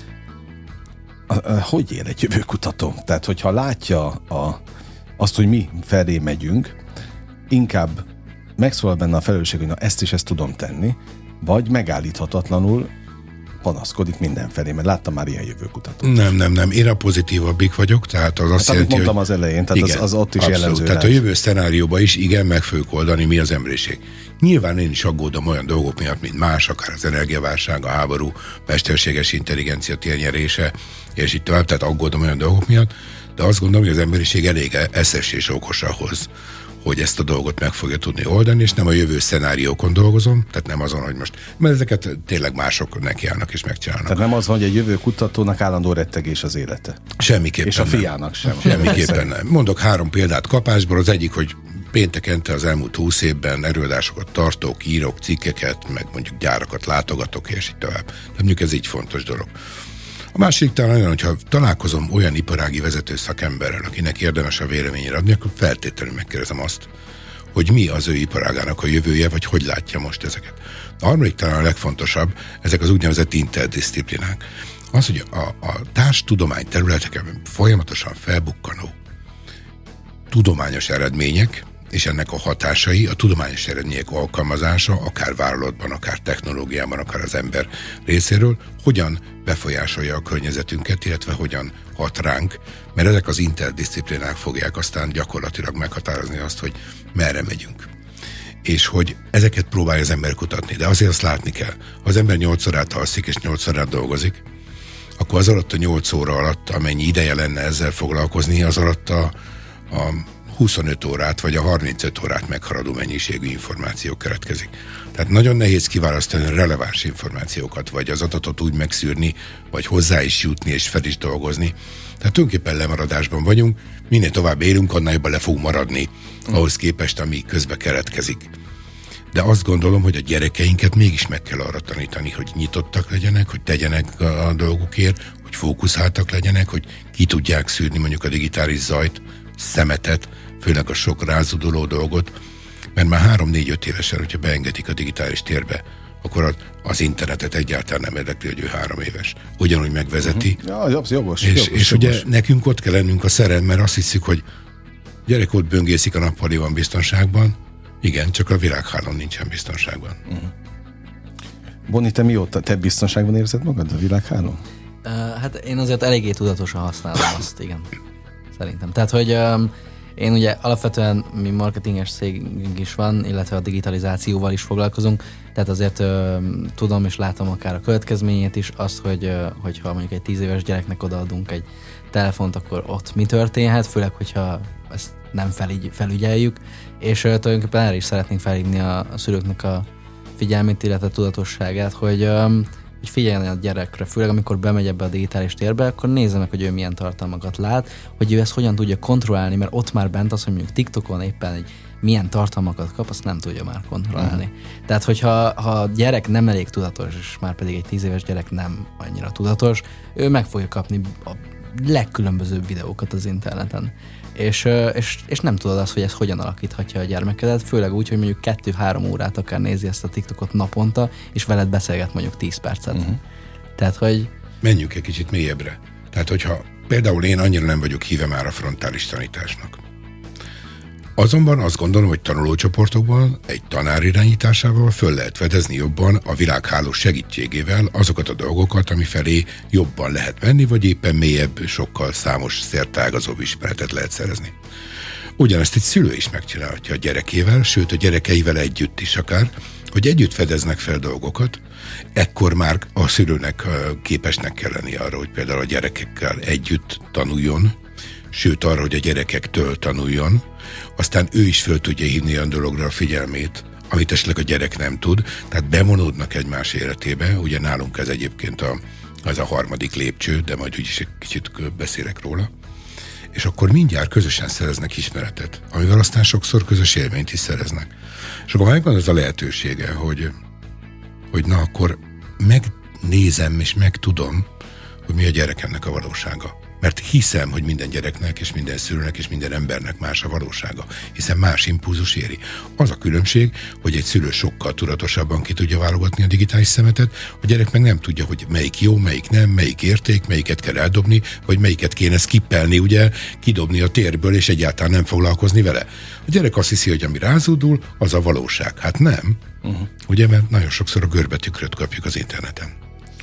hogy él egy jövő kutató? Tehát, hogyha látja a, azt, hogy mi felé megyünk, inkább megszólal benne a felelősség, hogy na ezt is ezt tudom tenni, vagy megállíthatatlanul panaszkodik mindenfelé, mert láttam már ilyen jövőkutatót.
Nem, nem, nem. Én a pozitívabbik vagyok, tehát az azt
hát,
jelenti,
mondtam
hogy...
az elején, tehát igen, az, az ott is abszolút, jellemző.
Tehát rá. A jövő szcenárióban is igen, meg fogjuk oldani, mi az emberiség. Nyilván én is aggódom olyan dolgok miatt, mint más, akár az energiaválság, a háború, mesterséges intelligencia térnyerése, és itt tovább, tehát aggódom olyan dolgok miatt, de azt gondolom, hogy az emberiség elég eszes és okos ahhoz, hogy ezt a dolgot meg fogja tudni oldani, és nem a jövő szenáriókon dolgozom, tehát nem azon, hogy most, mert ezeket tényleg mások nekiállnak és megcsinálnak.
Tehát nem az van, hogy egy jövő kutatónak állandó rettegés az élete.
Semmiképpen
és a
nem.
fiának sem.
Semmiképpen nem. Mondok három példát kapásból, az egyik, hogy péntekente az elmúlt húsz évben előadásokat tartok, írok cikkeket, meg mondjuk gyárakat látogatok, és így tovább. De mondjuk ez így fontos dolog. A másik talán olyan, hogyha találkozom olyan iparági vezető szakemberrel, akinek érdemes a véleményre adni, akkor feltétlenül megkérdezem azt, hogy mi az ő iparágának a jövője, vagy hogy látja most ezeket. A harmadik talán a legfontosabb, ezek az úgynevezett interdisciplinák. Az, hogy a, a társtudomány területeken folyamatosan felbukkanó tudományos eredmények, és ennek a hatásai, a tudományos eredmények alkalmazása, akár vállalatban, akár technológiában, akár az ember részéről, hogyan befolyásolja a környezetünket, illetve hogyan hat ránk, mert ezek az interdisciplinák fogják aztán gyakorlatilag meghatározni azt, hogy merre megyünk. És hogy ezeket próbálja az ember kutatni, de azért azt látni kell. Ha az ember nyolc órát alszik és nyolc órát dolgozik, akkor az alatt a nyolc óra alatt, amennyi ideje lenne ezzel foglalkozni, az alatt a, a huszonöt órát, vagy a harmincöt órát meghaladó mennyiségű információ keletkezik. Tehát nagyon nehéz kiválasztani a releváns információkat, vagy az adatot úgy megszűrni, vagy hozzá is jutni, és fel is dolgozni. Tehát tulajdonképpen lemaradásban vagyunk, minél tovább élünk, annál jobban le fogunk maradni, ahhoz képest, ami közbe keletkezik. De azt gondolom, hogy a gyerekeinket mégis meg kell arra tanítani, hogy nyitottak legyenek, hogy tegyenek a, a dolgukért, hogy fókuszáltak legyenek, hogy ki tudják szűrni mondjuk a digitális zajt, szemetet, főleg a sok rázuduló dolgot, mert már három-négy-öt évesen, hogyha beengedik a digitális térbe, akkor az internetet egyáltalán nem érdekli, hogy ő három éves. Ugyanúgy megvezeti.
Uh-huh. Ja, jogos,
és
jogos,
és
jogos.
ugye nekünk ott kell lennünk a szeren, mert azt hiszük, hogy gyerek ott böngészik a nappaliban biztonságban, igen, csak a világhálón nincsen biztonságban. Uh-huh.
Boni, te mióta te biztonságban érzed magad a világhálón?
Uh, hát én azért eléggé tudatosan használom azt, igen. Szerintem. Tehát, hogy um, én ugye alapvetően mi marketinges cégünk is van, illetve a digitalizációval is foglalkozunk, tehát azért um, tudom és látom akár a következményét is, azt, hogy uh, hogyha mondjuk egy tíz éves gyereknek odaadunk egy telefont, akkor ott mi történhet, főleg, hogyha ezt nem felügy, felügyeljük, és uh, tulajdonképpen erre is szeretnénk felhívni a, a szülőknek a figyelmét, illetve a tudatosságát, hogy, um, hogy figyeljen a gyerekre, főleg amikor bemegy ebbe a digitális térbe, akkor nézze meg, hogy ő milyen tartalmakat lát, hogy ő ezt hogyan tudja kontrollálni, mert ott már bent az, hogy mondjuk TikTokon éppen egy milyen tartalmakat kap, azt nem tudja már kontrollálni. Uh-huh. Tehát, hogyha ha a gyerek nem elég tudatos, és már pedig egy tíz éves gyerek nem annyira tudatos, ő meg fogja kapni a legkülönbözőbb videókat az interneten. És, és, és nem tudod azt, hogy ez hogyan alakíthatja a gyermekedet, főleg úgy, hogy mondjuk kettő-három órát akár nézi ezt a TikTokot naponta, és veled beszélget mondjuk tíz percet. Uh-huh. Tehát, hogy...
Menjünk egy kicsit mélyebbre. Tehát, hogyha például én annyira nem vagyok híve már a frontális tanításnak. Azonban azt gondolom, hogy tanulócsoportokban egy tanár irányításával föl lehet fedezni jobban a világhálós segítségével azokat a dolgokat, ami felé jobban lehet menni, vagy éppen mélyebb, sokkal számos szertágazóbb ismeretet lehet szerezni. Ugyanezt egy szülő is megcsinálhatja a gyerekével, sőt a gyerekeivel együtt is akár, hogy együtt fedeznek fel dolgokat, ekkor már a szülőnek képesnek kell lenni arra, hogy például a gyerekekkel együtt tanuljon, sőt arra, hogy a gyerekektől tanuljon, aztán ő is föl tudja hívni olyan dologra a figyelmét, amit esetleg a gyerek nem tud, tehát bevonódnak egymás életébe, ugye nálunk ez egyébként a, az a harmadik lépcső, de majd úgyis egy kicsit beszélek róla, és akkor mindjárt közösen szereznek ismeretet, amivel aztán sokszor közös élményt is szereznek. És akkor megvan az a lehetősége, hogy, hogy na akkor megnézem és megtudom, hogy mi a gyerekemnek a valósága. Mert hiszem, hogy minden gyereknek, és minden szülőnek, és minden embernek más a valósága, hiszen más impulzus éri. Az a különbség, hogy egy szülő sokkal tudatosabban ki tudja válogatni a digitális szemetet, a gyerek meg nem tudja, hogy melyik jó, melyik nem, melyik érték, melyiket kell eldobni, vagy melyiket kéne skippelni, ugye, kidobni a térből, és egyáltalán nem foglalkozni vele. A gyerek azt hiszi, hogy ami rázódul, az a valóság. Hát nem. Uh-huh. Ugye, mert nagyon sokszor a görbetükröt kapjuk az interneten.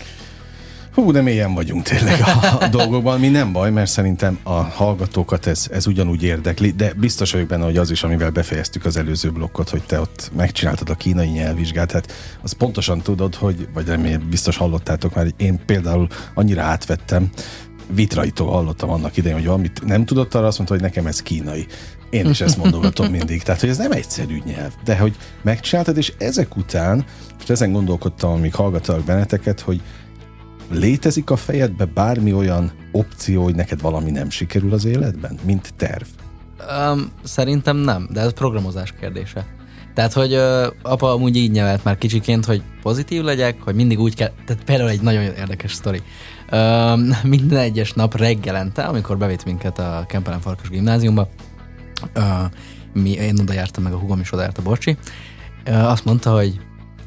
Hú, de mélyen vagyunk tényleg a, a dolgokban. Mi nem baj, mert szerintem a hallgatókat ez, ez ugyanúgy érdekli, de biztos vagyok benne, hogy az is, amivel befejeztük az előző blokkot, hogy te ott megcsináltad a kínai nyelvvizsgát, hát az pontosan tudod, hogy, vagy remélem biztos hallottátok már, én például annyira átvettem, Vitraitól hallottam annak idején, hogy valamit nem tudott, arra azt mondta, hogy nekem ez kínai. Én is ezt mondogatom mindig. Tehát, hogy ez nem egyszerű nyelv, de hogy megcsináltad, és ezek után, és ezen gondolkodtam, amíg hallgattalak benneteket, hogy létezik a fejedbe bármi olyan opció, hogy neked valami nem sikerül az életben, mint terv?
Um, szerintem nem, de ez programozás kérdése. Tehát, hogy uh, apa amúgy így nyelvelt már kicsiként, hogy pozitív legyek, hogy mindig úgy kell, tehát például egy nagyon érdekes sztori. Um, minden egyes nap reggelente, amikor bevitt minket a Kempelen Farkas gimnáziumba, uh, mi, én oda jártam, meg a húgom is oda járt a Bocsi, uh, azt mondta, hogy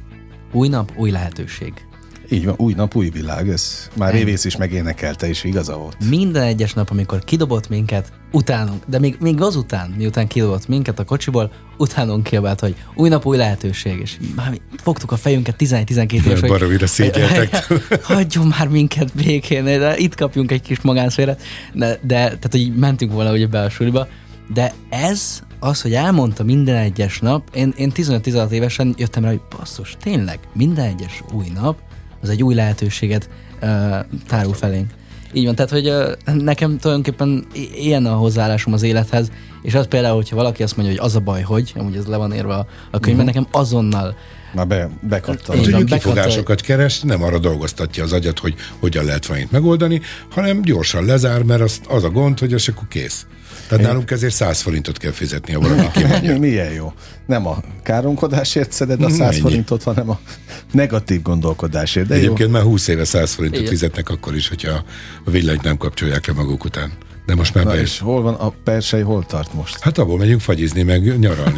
új nap, új lehetőség.
Így van, új nap, új világ, ez már Révész is megénekelte, és igaza volt.
Minden egyes nap, amikor kidobott minket, utánunk, de még, még azután, miután kidobott minket a kocsiból, utánunk kiabált, hogy új nap, új lehetőség, és már fogtuk a fejünket tizenegy-tizenkét éves, hogy
baromira szégyeltek.
Hagyjon már minket békén, de itt kapjunk egy kis magánszférát, de, de tehát, hogy mentünk volna ugye be a suliba, de ez az, hogy elmondta minden egyes nap, én, én tizenöt-tizenhat évesen jöttem rá, hogy basszus, tényleg, minden egyes új nap, az egy új lehetőséget uh, tárul felénk. Így van, tehát, hogy uh, nekem tulajdonképpen ilyen a hozzáállásom az élethez, és az például, hogyha valaki azt mondja, hogy az a baj, hogy, amúgy ez le van írva a, a könyvben, uh-huh. nekem azonnal
már be, bekapta.
Az, hogy kifogásokat keres, nem arra dolgoztatja az agyat, hogy hogyan lehet valamit megoldani, hanem gyorsan lezár, mert az, az a gond, hogy az akkor kész. Tehát én... nálunk ezért száz forintot kell fizetni, ha valaki kimondja.
Milyen jó. Nem a káromkodásért szeded a száz forintot, hanem a negatív gondolkodásért. De
egyébként
jó.
Már húsz éve száz forintot igen. fizetnek akkor is, hogyha a villanyt nem kapcsolják le maguk után. De most már
na
be
és hol van a Persely, hol tart most?
Hát abból megyünk fagyizni, meg nyaralni.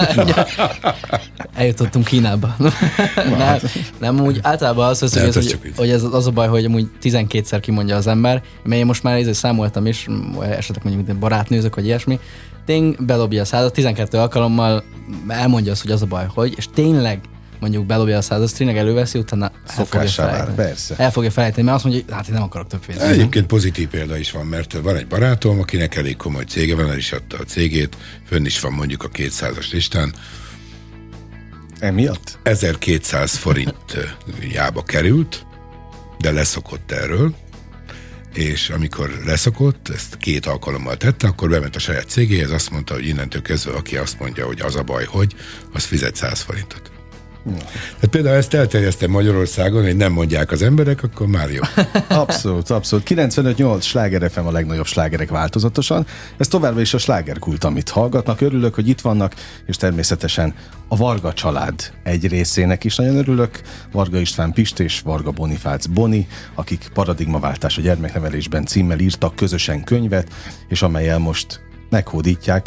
Eljutottunk Kínába. nem, nem, úgy általában az, hogy, ez, hogy, hogy ez az a baj, hogy amúgy tizenkétszer kimondja az ember, mert én most már ezért számoltam is, esetleg mondjuk barátnőzök, vagy ilyesmi, tény, bedobja a százat, tizenkettő alkalommal elmondja azt, hogy az a baj, hogy, és tényleg mondjuk belobja a százat, tényleg előveszi, utána el fogja felejteni. El fogja felejteni, mert azt mondja, hogy hát én nem akarok több pénzt.
Egyébként pozitív példa is van, mert van egy barátom, akinek elég komoly cége van, el is adta a cégét, fönn is van mondjuk a kétszázas listán.
Emiatt?
ezerkétszáz forintjába került, de leszokott erről, és amikor leszokott, ezt két alkalommal tette, akkor bement a saját cégéhez, azt mondta, hogy innentől kezdve, aki azt mondja, hogy az a baj, hogy, az fizet száz forintot. Ja. Tehát például ezt elterjesztem Magyarországon, hogy nem mondják az emberek, akkor már jó.
Abszolút, abszolút. kilencvenöt nyolc Sláger ef em a legnagyobb slágerek változatosan. Ez továbbra is a slágerkult, amit hallgatnak. Örülök, hogy itt vannak, és természetesen a Varga család egy részének is nagyon örülök. Varga István Pist és Varga Bonifác Boni, akik Paradigmaváltás a gyermeknevelésben címmel írtak közösen könyvet, és amellyel most meghódítják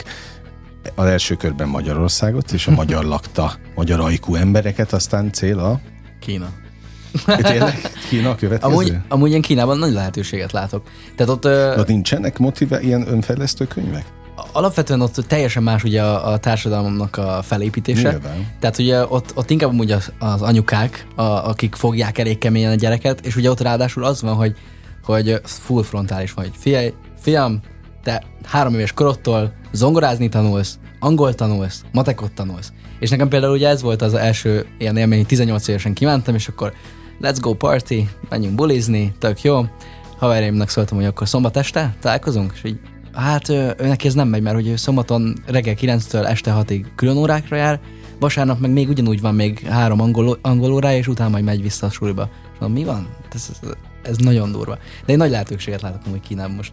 az első körben Magyarországot, és a magyar lakta, magyar ajkú embereket, aztán cél a...
Kína.
Tényleg? Kína a következő?
Amúgy, amúgy én Kínában nagy lehetőséget látok. Tehát ott... Ö...
ott nincsenek motivál, ilyen önfejlesztő könyvek?
Alapvetően ott teljesen más ugye a, a társadalomnak a felépítése.
Nyilván.
Tehát ugye ott, ott inkább amúgy az, az anyukák, a, akik fogják elég keményen a gyereket, és ugye ott ráadásul az van, hogy, hogy full frontális van, hogy fiaj, fiam, te három éves korodtól zongorázni tanulsz, angol tanulsz, matekot tanulsz. És nekem például ugye ez volt az első ilyen élmény, hogy tizennyolc évesen kívántam, és akkor let's go party, menjünk bulizni, tök jó. Haverjaimnak szóltam, hogy akkor szombat este találkozunk, és így, hát ő, ő neki ez nem megy, mert hogy szombaton reggel kilenctől este hatig külön órákra jár, vasárnap meg még ugyanúgy van még három angol, angol órája, és utána majd megy vissza a suliba. És mondom, mi van? Ez, ez, ez nagyon durva. De én nagy lehetőséget látok hogy Kínában most.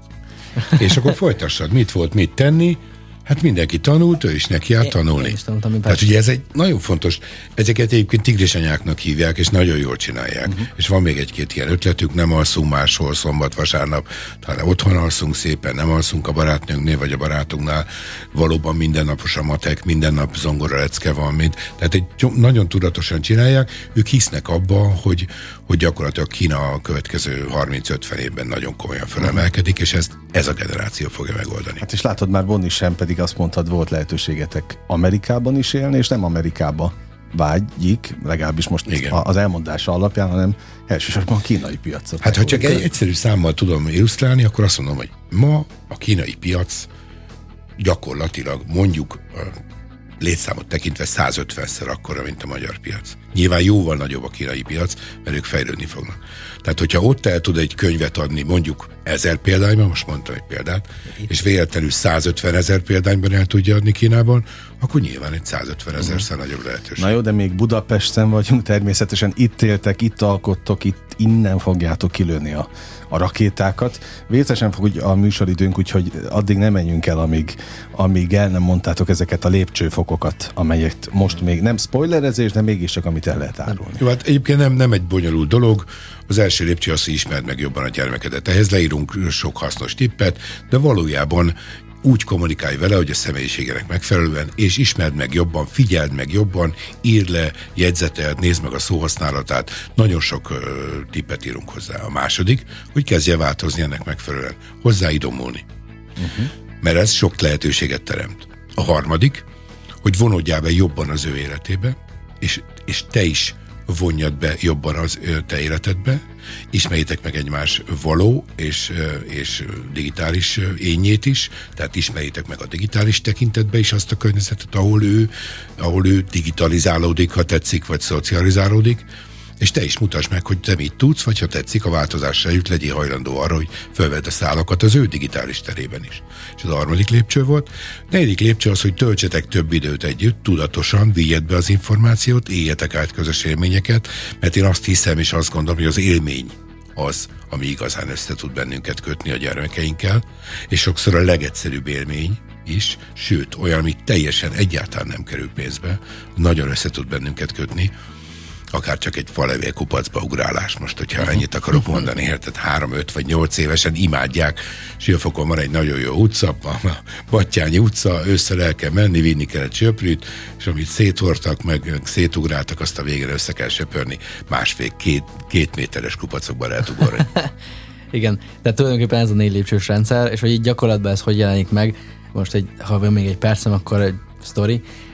És akkor folytassad, mit volt mit tenni? Hát mindenki tanult, ő is neki áll tanulni.
Én is tanultam,
Tehát ugye ez egy nagyon fontos, ezeket egyébként tigrisanyáknak hívják, és nagyon jól csinálják. Uh-huh. És van még egy-két ilyen ötletük, nem alszunk máshol szombat, vasárnap, hanem otthon alszunk szépen, nem alszunk a barátnőnknél, vagy a barátunknál. Valóban mindennapos a matek, minden nap zongora lecke van, mint. Tehát egy nagyon tudatosan csinálják, ők hisznek abban, hogy, hogy gyakorlatilag Kína a következő harminc-ötven évben nagyon komolyan felemelkedik, és ezt ez a generáció fogja megoldani.
Hát és látod már Bonni sem, pedig azt mondtad, volt lehetőségetek Amerikában is élni, és nem Amerikába vágyik, legalábbis most igen. Az elmondása alapján, hanem elsősorban a kínai piacot.
Hát ha csak egy egyszerű számmal tudom illusztrálni, akkor azt mondom, hogy ma a kínai piac gyakorlatilag mondjuk létszámot tekintve százötvenszer akkora, mint a magyar piac. Nyilván jóval nagyobb a kínai piac, mert ők fejlődni fognak. Tehát, hogyha ott el tud egy könyvet adni, mondjuk ezer példányban, most mondtam egy példát, és véletlenül százötven ezer példányban el tudja adni Kínában, akkor nyilván egy százötven ezerszer nagyobb lehetőség.
Na jó, de még Budapesten vagyunk, természetesen itt éltek, itt alkottok, itt innen fogjátok kilőni a, a rakétákat. Véletesen fog a műsoridőnk, úgyhogy addig nem menjünk el, amíg, amíg el nem mondtátok ezeket a lépcsőfokokat, amelyet most még nem spoilerezés, de mégiscsak amit el lehet árulni.
Jó, hát egyébként nem, nem egy bonyolult dolog. Az első lépcső az, hogy ismerd meg jobban a gyermekedet. Ehhez leírunk sok hasznos tippet, de valójában úgy kommunikálj vele, hogy a személyiségének megfelelően, és ismerd meg jobban, figyeld meg jobban, írd le, jegyzeteld, nézd meg a szóhasználatát. Nagyon sok uh, tippet írunk hozzá. A második, hogy kezdje változni ennek megfelelően. Hozzá idomulni. Uh-huh. Mert ez sok lehetőséget teremt. A harmadik, hogy vonódjál be jobban az ő életébe, és, és te is vonjad be jobban az te életedbe, ismerjétek meg egymás való és, és digitális énjét is, tehát ismerjétek meg a digitális tekintetbe is azt a környezetet, ahol ő, ahol ő digitalizálódik, ha tetszik, vagy szocializálódik, és te is mutasd meg, hogy te mit tudsz, vagy ha tetszik, a változásra jut, legyél hajlandó arra, hogy fölvedd a szálakat az ő digitális terében is. És az a harmadik lépcső volt. A negyedik lépcső az, hogy töltsetek több időt együtt, tudatosan vigyed be az információt, éljetek át közös élményeket, mert én azt hiszem, és azt gondolom, hogy az élmény az, ami igazán össze tud bennünket kötni a gyermekeinkkel, és sokszor a legegyszerűbb élmény is, sőt, olyan, ami teljesen egyáltalán nem kerül pénzbe, nagyon össze tud bennünket kötni, akár csak egy falevél kupacba ugrálás, most, hogyha uh-huh. ennyit akarok mondani, érted, három, öt vagy nyolc évesen imádják. Siófokon van egy nagyon jó utca, a Battyányi utca, ősszel el kell menni, vinni kell egy söprűt, és amit széthortak, meg szétugráltak, azt a végén össze kell söpörni, másfél-két két méteres kupacokba lehet ugorni.
Igen, de tulajdonképpen ez a négy lépcsős rendszer, és hogy így gyakorlatban ez hogy jelenik meg, most egy, ha van még egy percem, akkor egy sztori.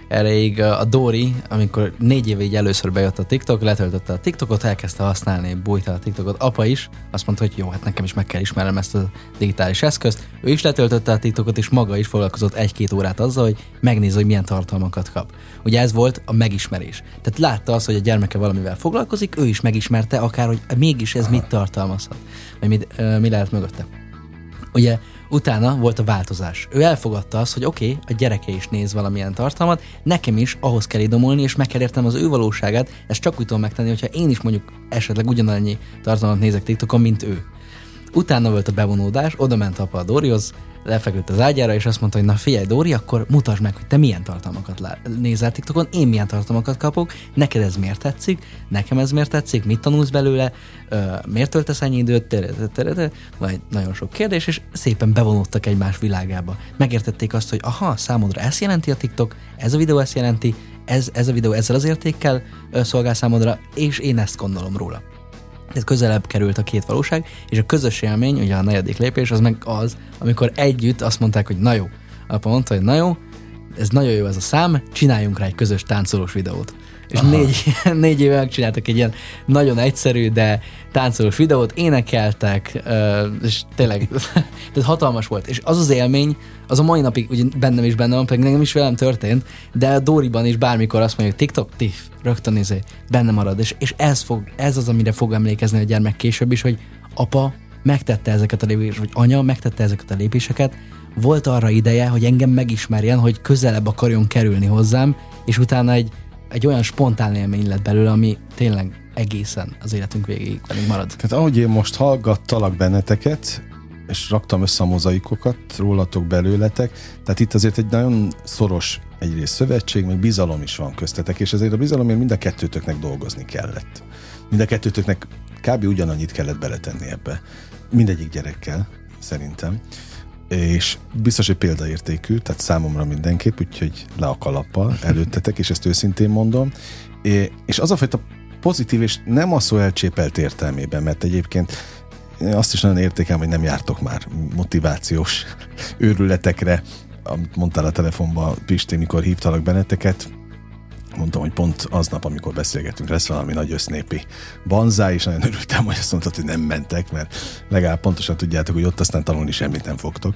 erejéig a Dóri, amikor négy éve így először bejött a TikTok, letöltötte a TikTokot, elkezdte használni, bújta a TikTokot. Apa is azt mondta, hogy jó, hát nekem is meg kell ismernem ezt a digitális eszközt. Ő is letöltötte a TikTokot, és maga is foglalkozott egy-két órát azzal, hogy megnézze, hogy milyen tartalmakat kap. Ugye ez volt a megismerés. Tehát látta azt, hogy a gyermeke valamivel foglalkozik, ő is megismerte akár, hogy mégis ez mit tartalmazhat, vagy mit, uh, mi lehet mögötte. Ugye utána volt a változás. Ő elfogadta azt, hogy oké, okay, a gyereke is néz valamilyen tartalmat, nekem is ahhoz kell idomolni, és meg kell értem az ő valóságát, ezt csak úgy tudom megtenni, hogyha én is mondjuk esetleg ugyanannyi tartalmat nézek TikTokon, mint ő. Utána volt a bevonódás, oda ment apa a Dórihoz, lefeküdt az ágyára, és azt mondta, hogy na figyelj Dóri, akkor mutasd meg, hogy te milyen tartalmakat lá- nézel TikTokon, én milyen tartalmakat kapok, neked ez miért tetszik, nekem ez miért tetszik, mit tanulsz belőle, uh, miért töltesz ennyi időt, vagy nagyon sok kérdés, és szépen bevonódtak egymás világába. Megértették azt, hogy aha, számodra ezt jelenti a TikTok, ez a videó ezt jelenti, ez, ez a videó ezzel az értékkel uh, szolgál számodra, és én ezt gondolom róla. Ez közelebb került a két valóság, és a közös élmény, ugye a negyedik lépés, az meg az, amikor együtt azt mondták, hogy na jó. Apa mondta, hogy na jó, ez nagyon jó ez a szám, csináljunk rá egy közös táncolós videót. És négy, négy éve megcsináltak egy ilyen nagyon egyszerű, de táncolós videót, énekeltek, és tényleg tehát hatalmas volt. És az az élmény, az a mai napig ugye bennem is benne van, pedig nekem is velem történt, de a Dóriban is bármikor azt mondja, hogy TikTok, tiff, rögtön izé, benne marad. És, és ez, fog, ez az, amire fog emlékezni a gyermek később is, hogy apa megtette ezeket a lépéseket, vagy anya megtette ezeket a lépéseket, volt arra ideje, hogy engem megismerjen, hogy közelebb akarjon kerülni hozzám, és utána egy egy olyan spontán élmény lett belőle, ami tényleg egészen az életünk végéig velünk marad.
Tehát ahogy én most hallgattalak benneteket, és raktam össze a mozaikokat rólatok belőletek, tehát itt azért egy nagyon szoros egyrészt szövetség, meg bizalom is van köztetek, és ezért a bizalomért mind a kettőtöknek dolgozni kellett. Mind a kettőtöknek kb. Ugyanannyit kellett beletenni ebbe. Mindegyik gyerekkel, szerintem. És biztos, hogy példaértékű, tehát számomra mindenképp, úgyhogy le a kalappal előttetek, és ezt őszintén mondom. És az a fajta pozitív, és nem a szó elcsépelt értelmében, mert egyébként azt is nagyon értékelem, hogy nem jártok már motivációs őrületekre, amit mondtál a telefonban, Pisti, mikor hívtalak benneteket. Mondtam, hogy pont aznap, amikor beszélgetünk, lesz valami nagy össznépi banzá, és nagyon örültem, hogy azt mondtad, hogy nem mentek, mert legalább pontosan tudjátok, hogy ott aztán tanulni semmit nem fogtok.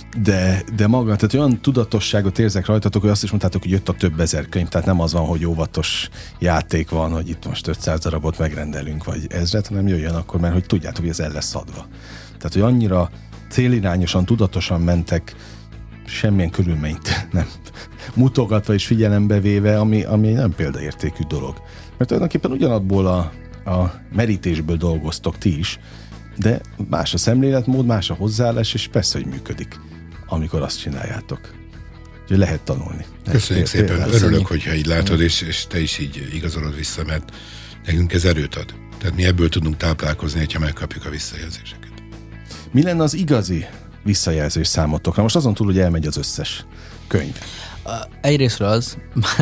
De, de maga, tehát olyan tudatosságot érzek rajtatok, hogy azt is mondtátok, hogy jött a több ezer könyv, tehát nem az van, hogy óvatos játék van, hogy itt most ötszáz darabot megrendelünk, vagy ezret, hanem jöjjön akkor, mert hogy tudjátok, hogy ez el lesz adva. Tehát, hogy annyira célirányosan, tudatosan mentek, semmilyen körülményt nem mutogatva és figyelembe véve, ami, ami nem példaértékű dolog. Mert tulajdonképpen ugyanabból a, a merítésből dolgoztok ti is, de más a szemléletmód, más a hozzáállás, és persze, hogy működik, amikor azt csináljátok. Úgyhogy lehet tanulni.
Köszönjük szépen, köszönjük. Örülök, hogyha így látod, és, és te is így igazolod vissza, mert nekünk ez erőt ad. Tehát mi ebből tudunk táplálkozni, hogyha megkapjuk a visszajelzéseket.
Mi lenne az igazi visszajelzés számotokra? Most azon túl, hogy elmegy az összes könyv.
Egyrészről az,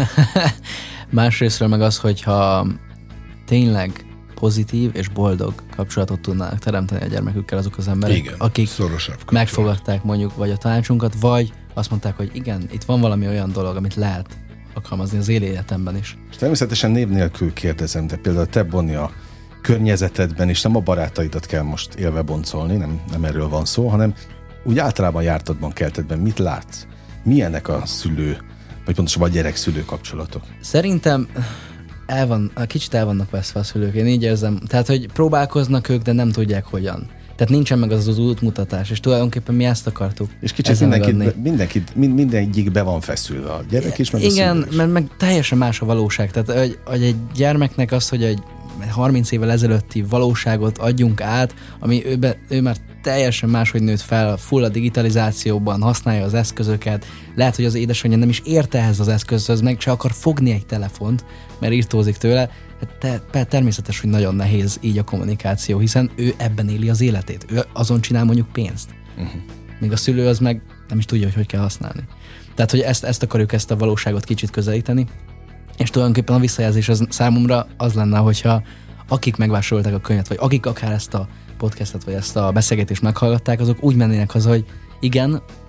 másrészről meg az, hogyha tényleg pozitív és boldog kapcsolatot tudnának teremteni a gyermekükkel azok az emberek,
igen,
akik megfogadták mondjuk vagy a tanácsunkat, vagy azt mondták, hogy igen, itt van valami olyan dolog, amit lehet alkalmazni az életemben is.
És természetesen név nélkül kérdezem, de például te, Bonni, a környezetedben, és nem a barátaidat kell most élve boncolni, nem, nem erről van szó, hanem úgy általában jártadban, keltedben mit látsz? Milyenek a szülő, vagy pontosabban a gyerek-szülő kapcsolatok?
Szerintem el van, kicsit el vannak veszve a szülők, én így érzem. Tehát, hogy próbálkoznak ők, de nem tudják hogyan. Tehát nincsen meg az az útmutatás, és tulajdonképpen mi ezt akartuk.
És kicsit mindenki, mindenki, mindenki be van feszülve, a gyerek is, meg
igen,
a szülő is.
mert meg teljesen más a valóság. Tehát, hogy, hogy egy gyermeknek az, hogy egy harminc évvel ezelőtti valóságot adjunk át, ami ő, be, ő már teljesen máshogy nőtt fel, full a digitalizációban, használja az eszközöket, lehet, hogy az édesanyja nem is ért ehhez az eszközhöz, meg se akar fogni egy telefont, mert írtózik tőle. Hát te, természetes, hogy nagyon nehéz így a kommunikáció, hiszen ő ebben éli az életét. Ő azon csinál mondjuk pénzt. Uh-huh. Míg a szülő az meg nem is tudja, hogy hogy kell használni. Tehát, hogy ezt, ezt akarjuk, ezt a valóságot kicsit közelíteni, és tulajdonképpen a visszajelzés az számomra az lenne, hogyha akik megvásárolták a könyvet, vagy akik akár ezt a podcastet, vagy ezt a beszélgetést meghallgatták, azok úgy mennének haza, hogy igen,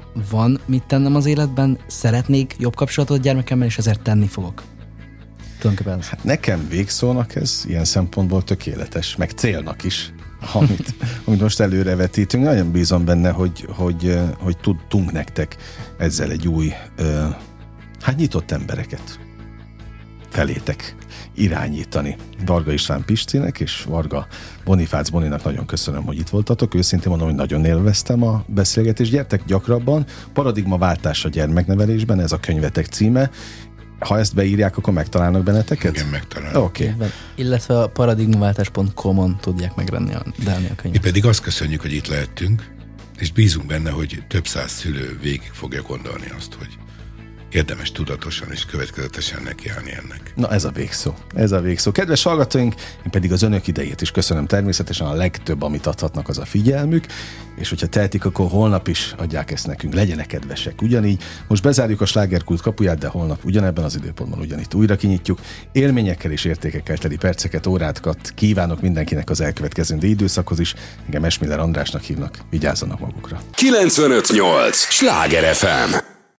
van mit tennem az életben, szeretnék jobb kapcsolatot a gyermekemmel, és ezért tenni fogok. Tulajdonképpen.
Hát nekem végszónak ez ilyen szempontból tökéletes, meg célnak is, amit, amit most előrevetítünk. Nagyon bízom benne, hogy, hogy, hogy tudtunk nektek ezzel egy új, hát nyitott embereket felétek irányítani. Varga István Pistinek és Varga Bonifác Boninak nagyon köszönöm, hogy itt voltatok. Őszintén mondom, hogy nagyon élveztem a beszélgetést. Gyertek gyakrabban. Paradigmaváltás a gyermeknevelésben, ez a könyvetek címe. Ha ezt beírják, akkor megtalálnak benneteket?
Igen, megtalálnak.
Oké. Okay.
Illetve a paradigmaváltás pont com-on tudják megrenni a, a könyvet.
Mi pedig azt köszönjük, hogy itt lehettünk, és bízunk benne, hogy több száz szülő végig fogja gondolni azt, hogy érdemes tudatosan és következetesen nekiállni ennek.
Na ez a végszó. Ez a végszó. Kedves hallgatóink, én pedig az önök idejét is köszönöm természetesen, a legtöbb, amit adhatnak, az a figyelmük, és hogyha tehetik, akkor holnap is adják ezt nekünk, legyenek kedvesek. Ugyanígy most bezárjuk a Slágerkult kapuját, de holnap ugyanebben az időpontban ugyanitt újra kinyitjuk. Élményekkel és értékekkel teli perceket, órákat kívánok mindenkinek az elkövetkezendő időszakhoz is. Engem Esmiller Andrásnak hívnak, vigyázzanak magukra.
kilencvenöt nyolc Sláger ef em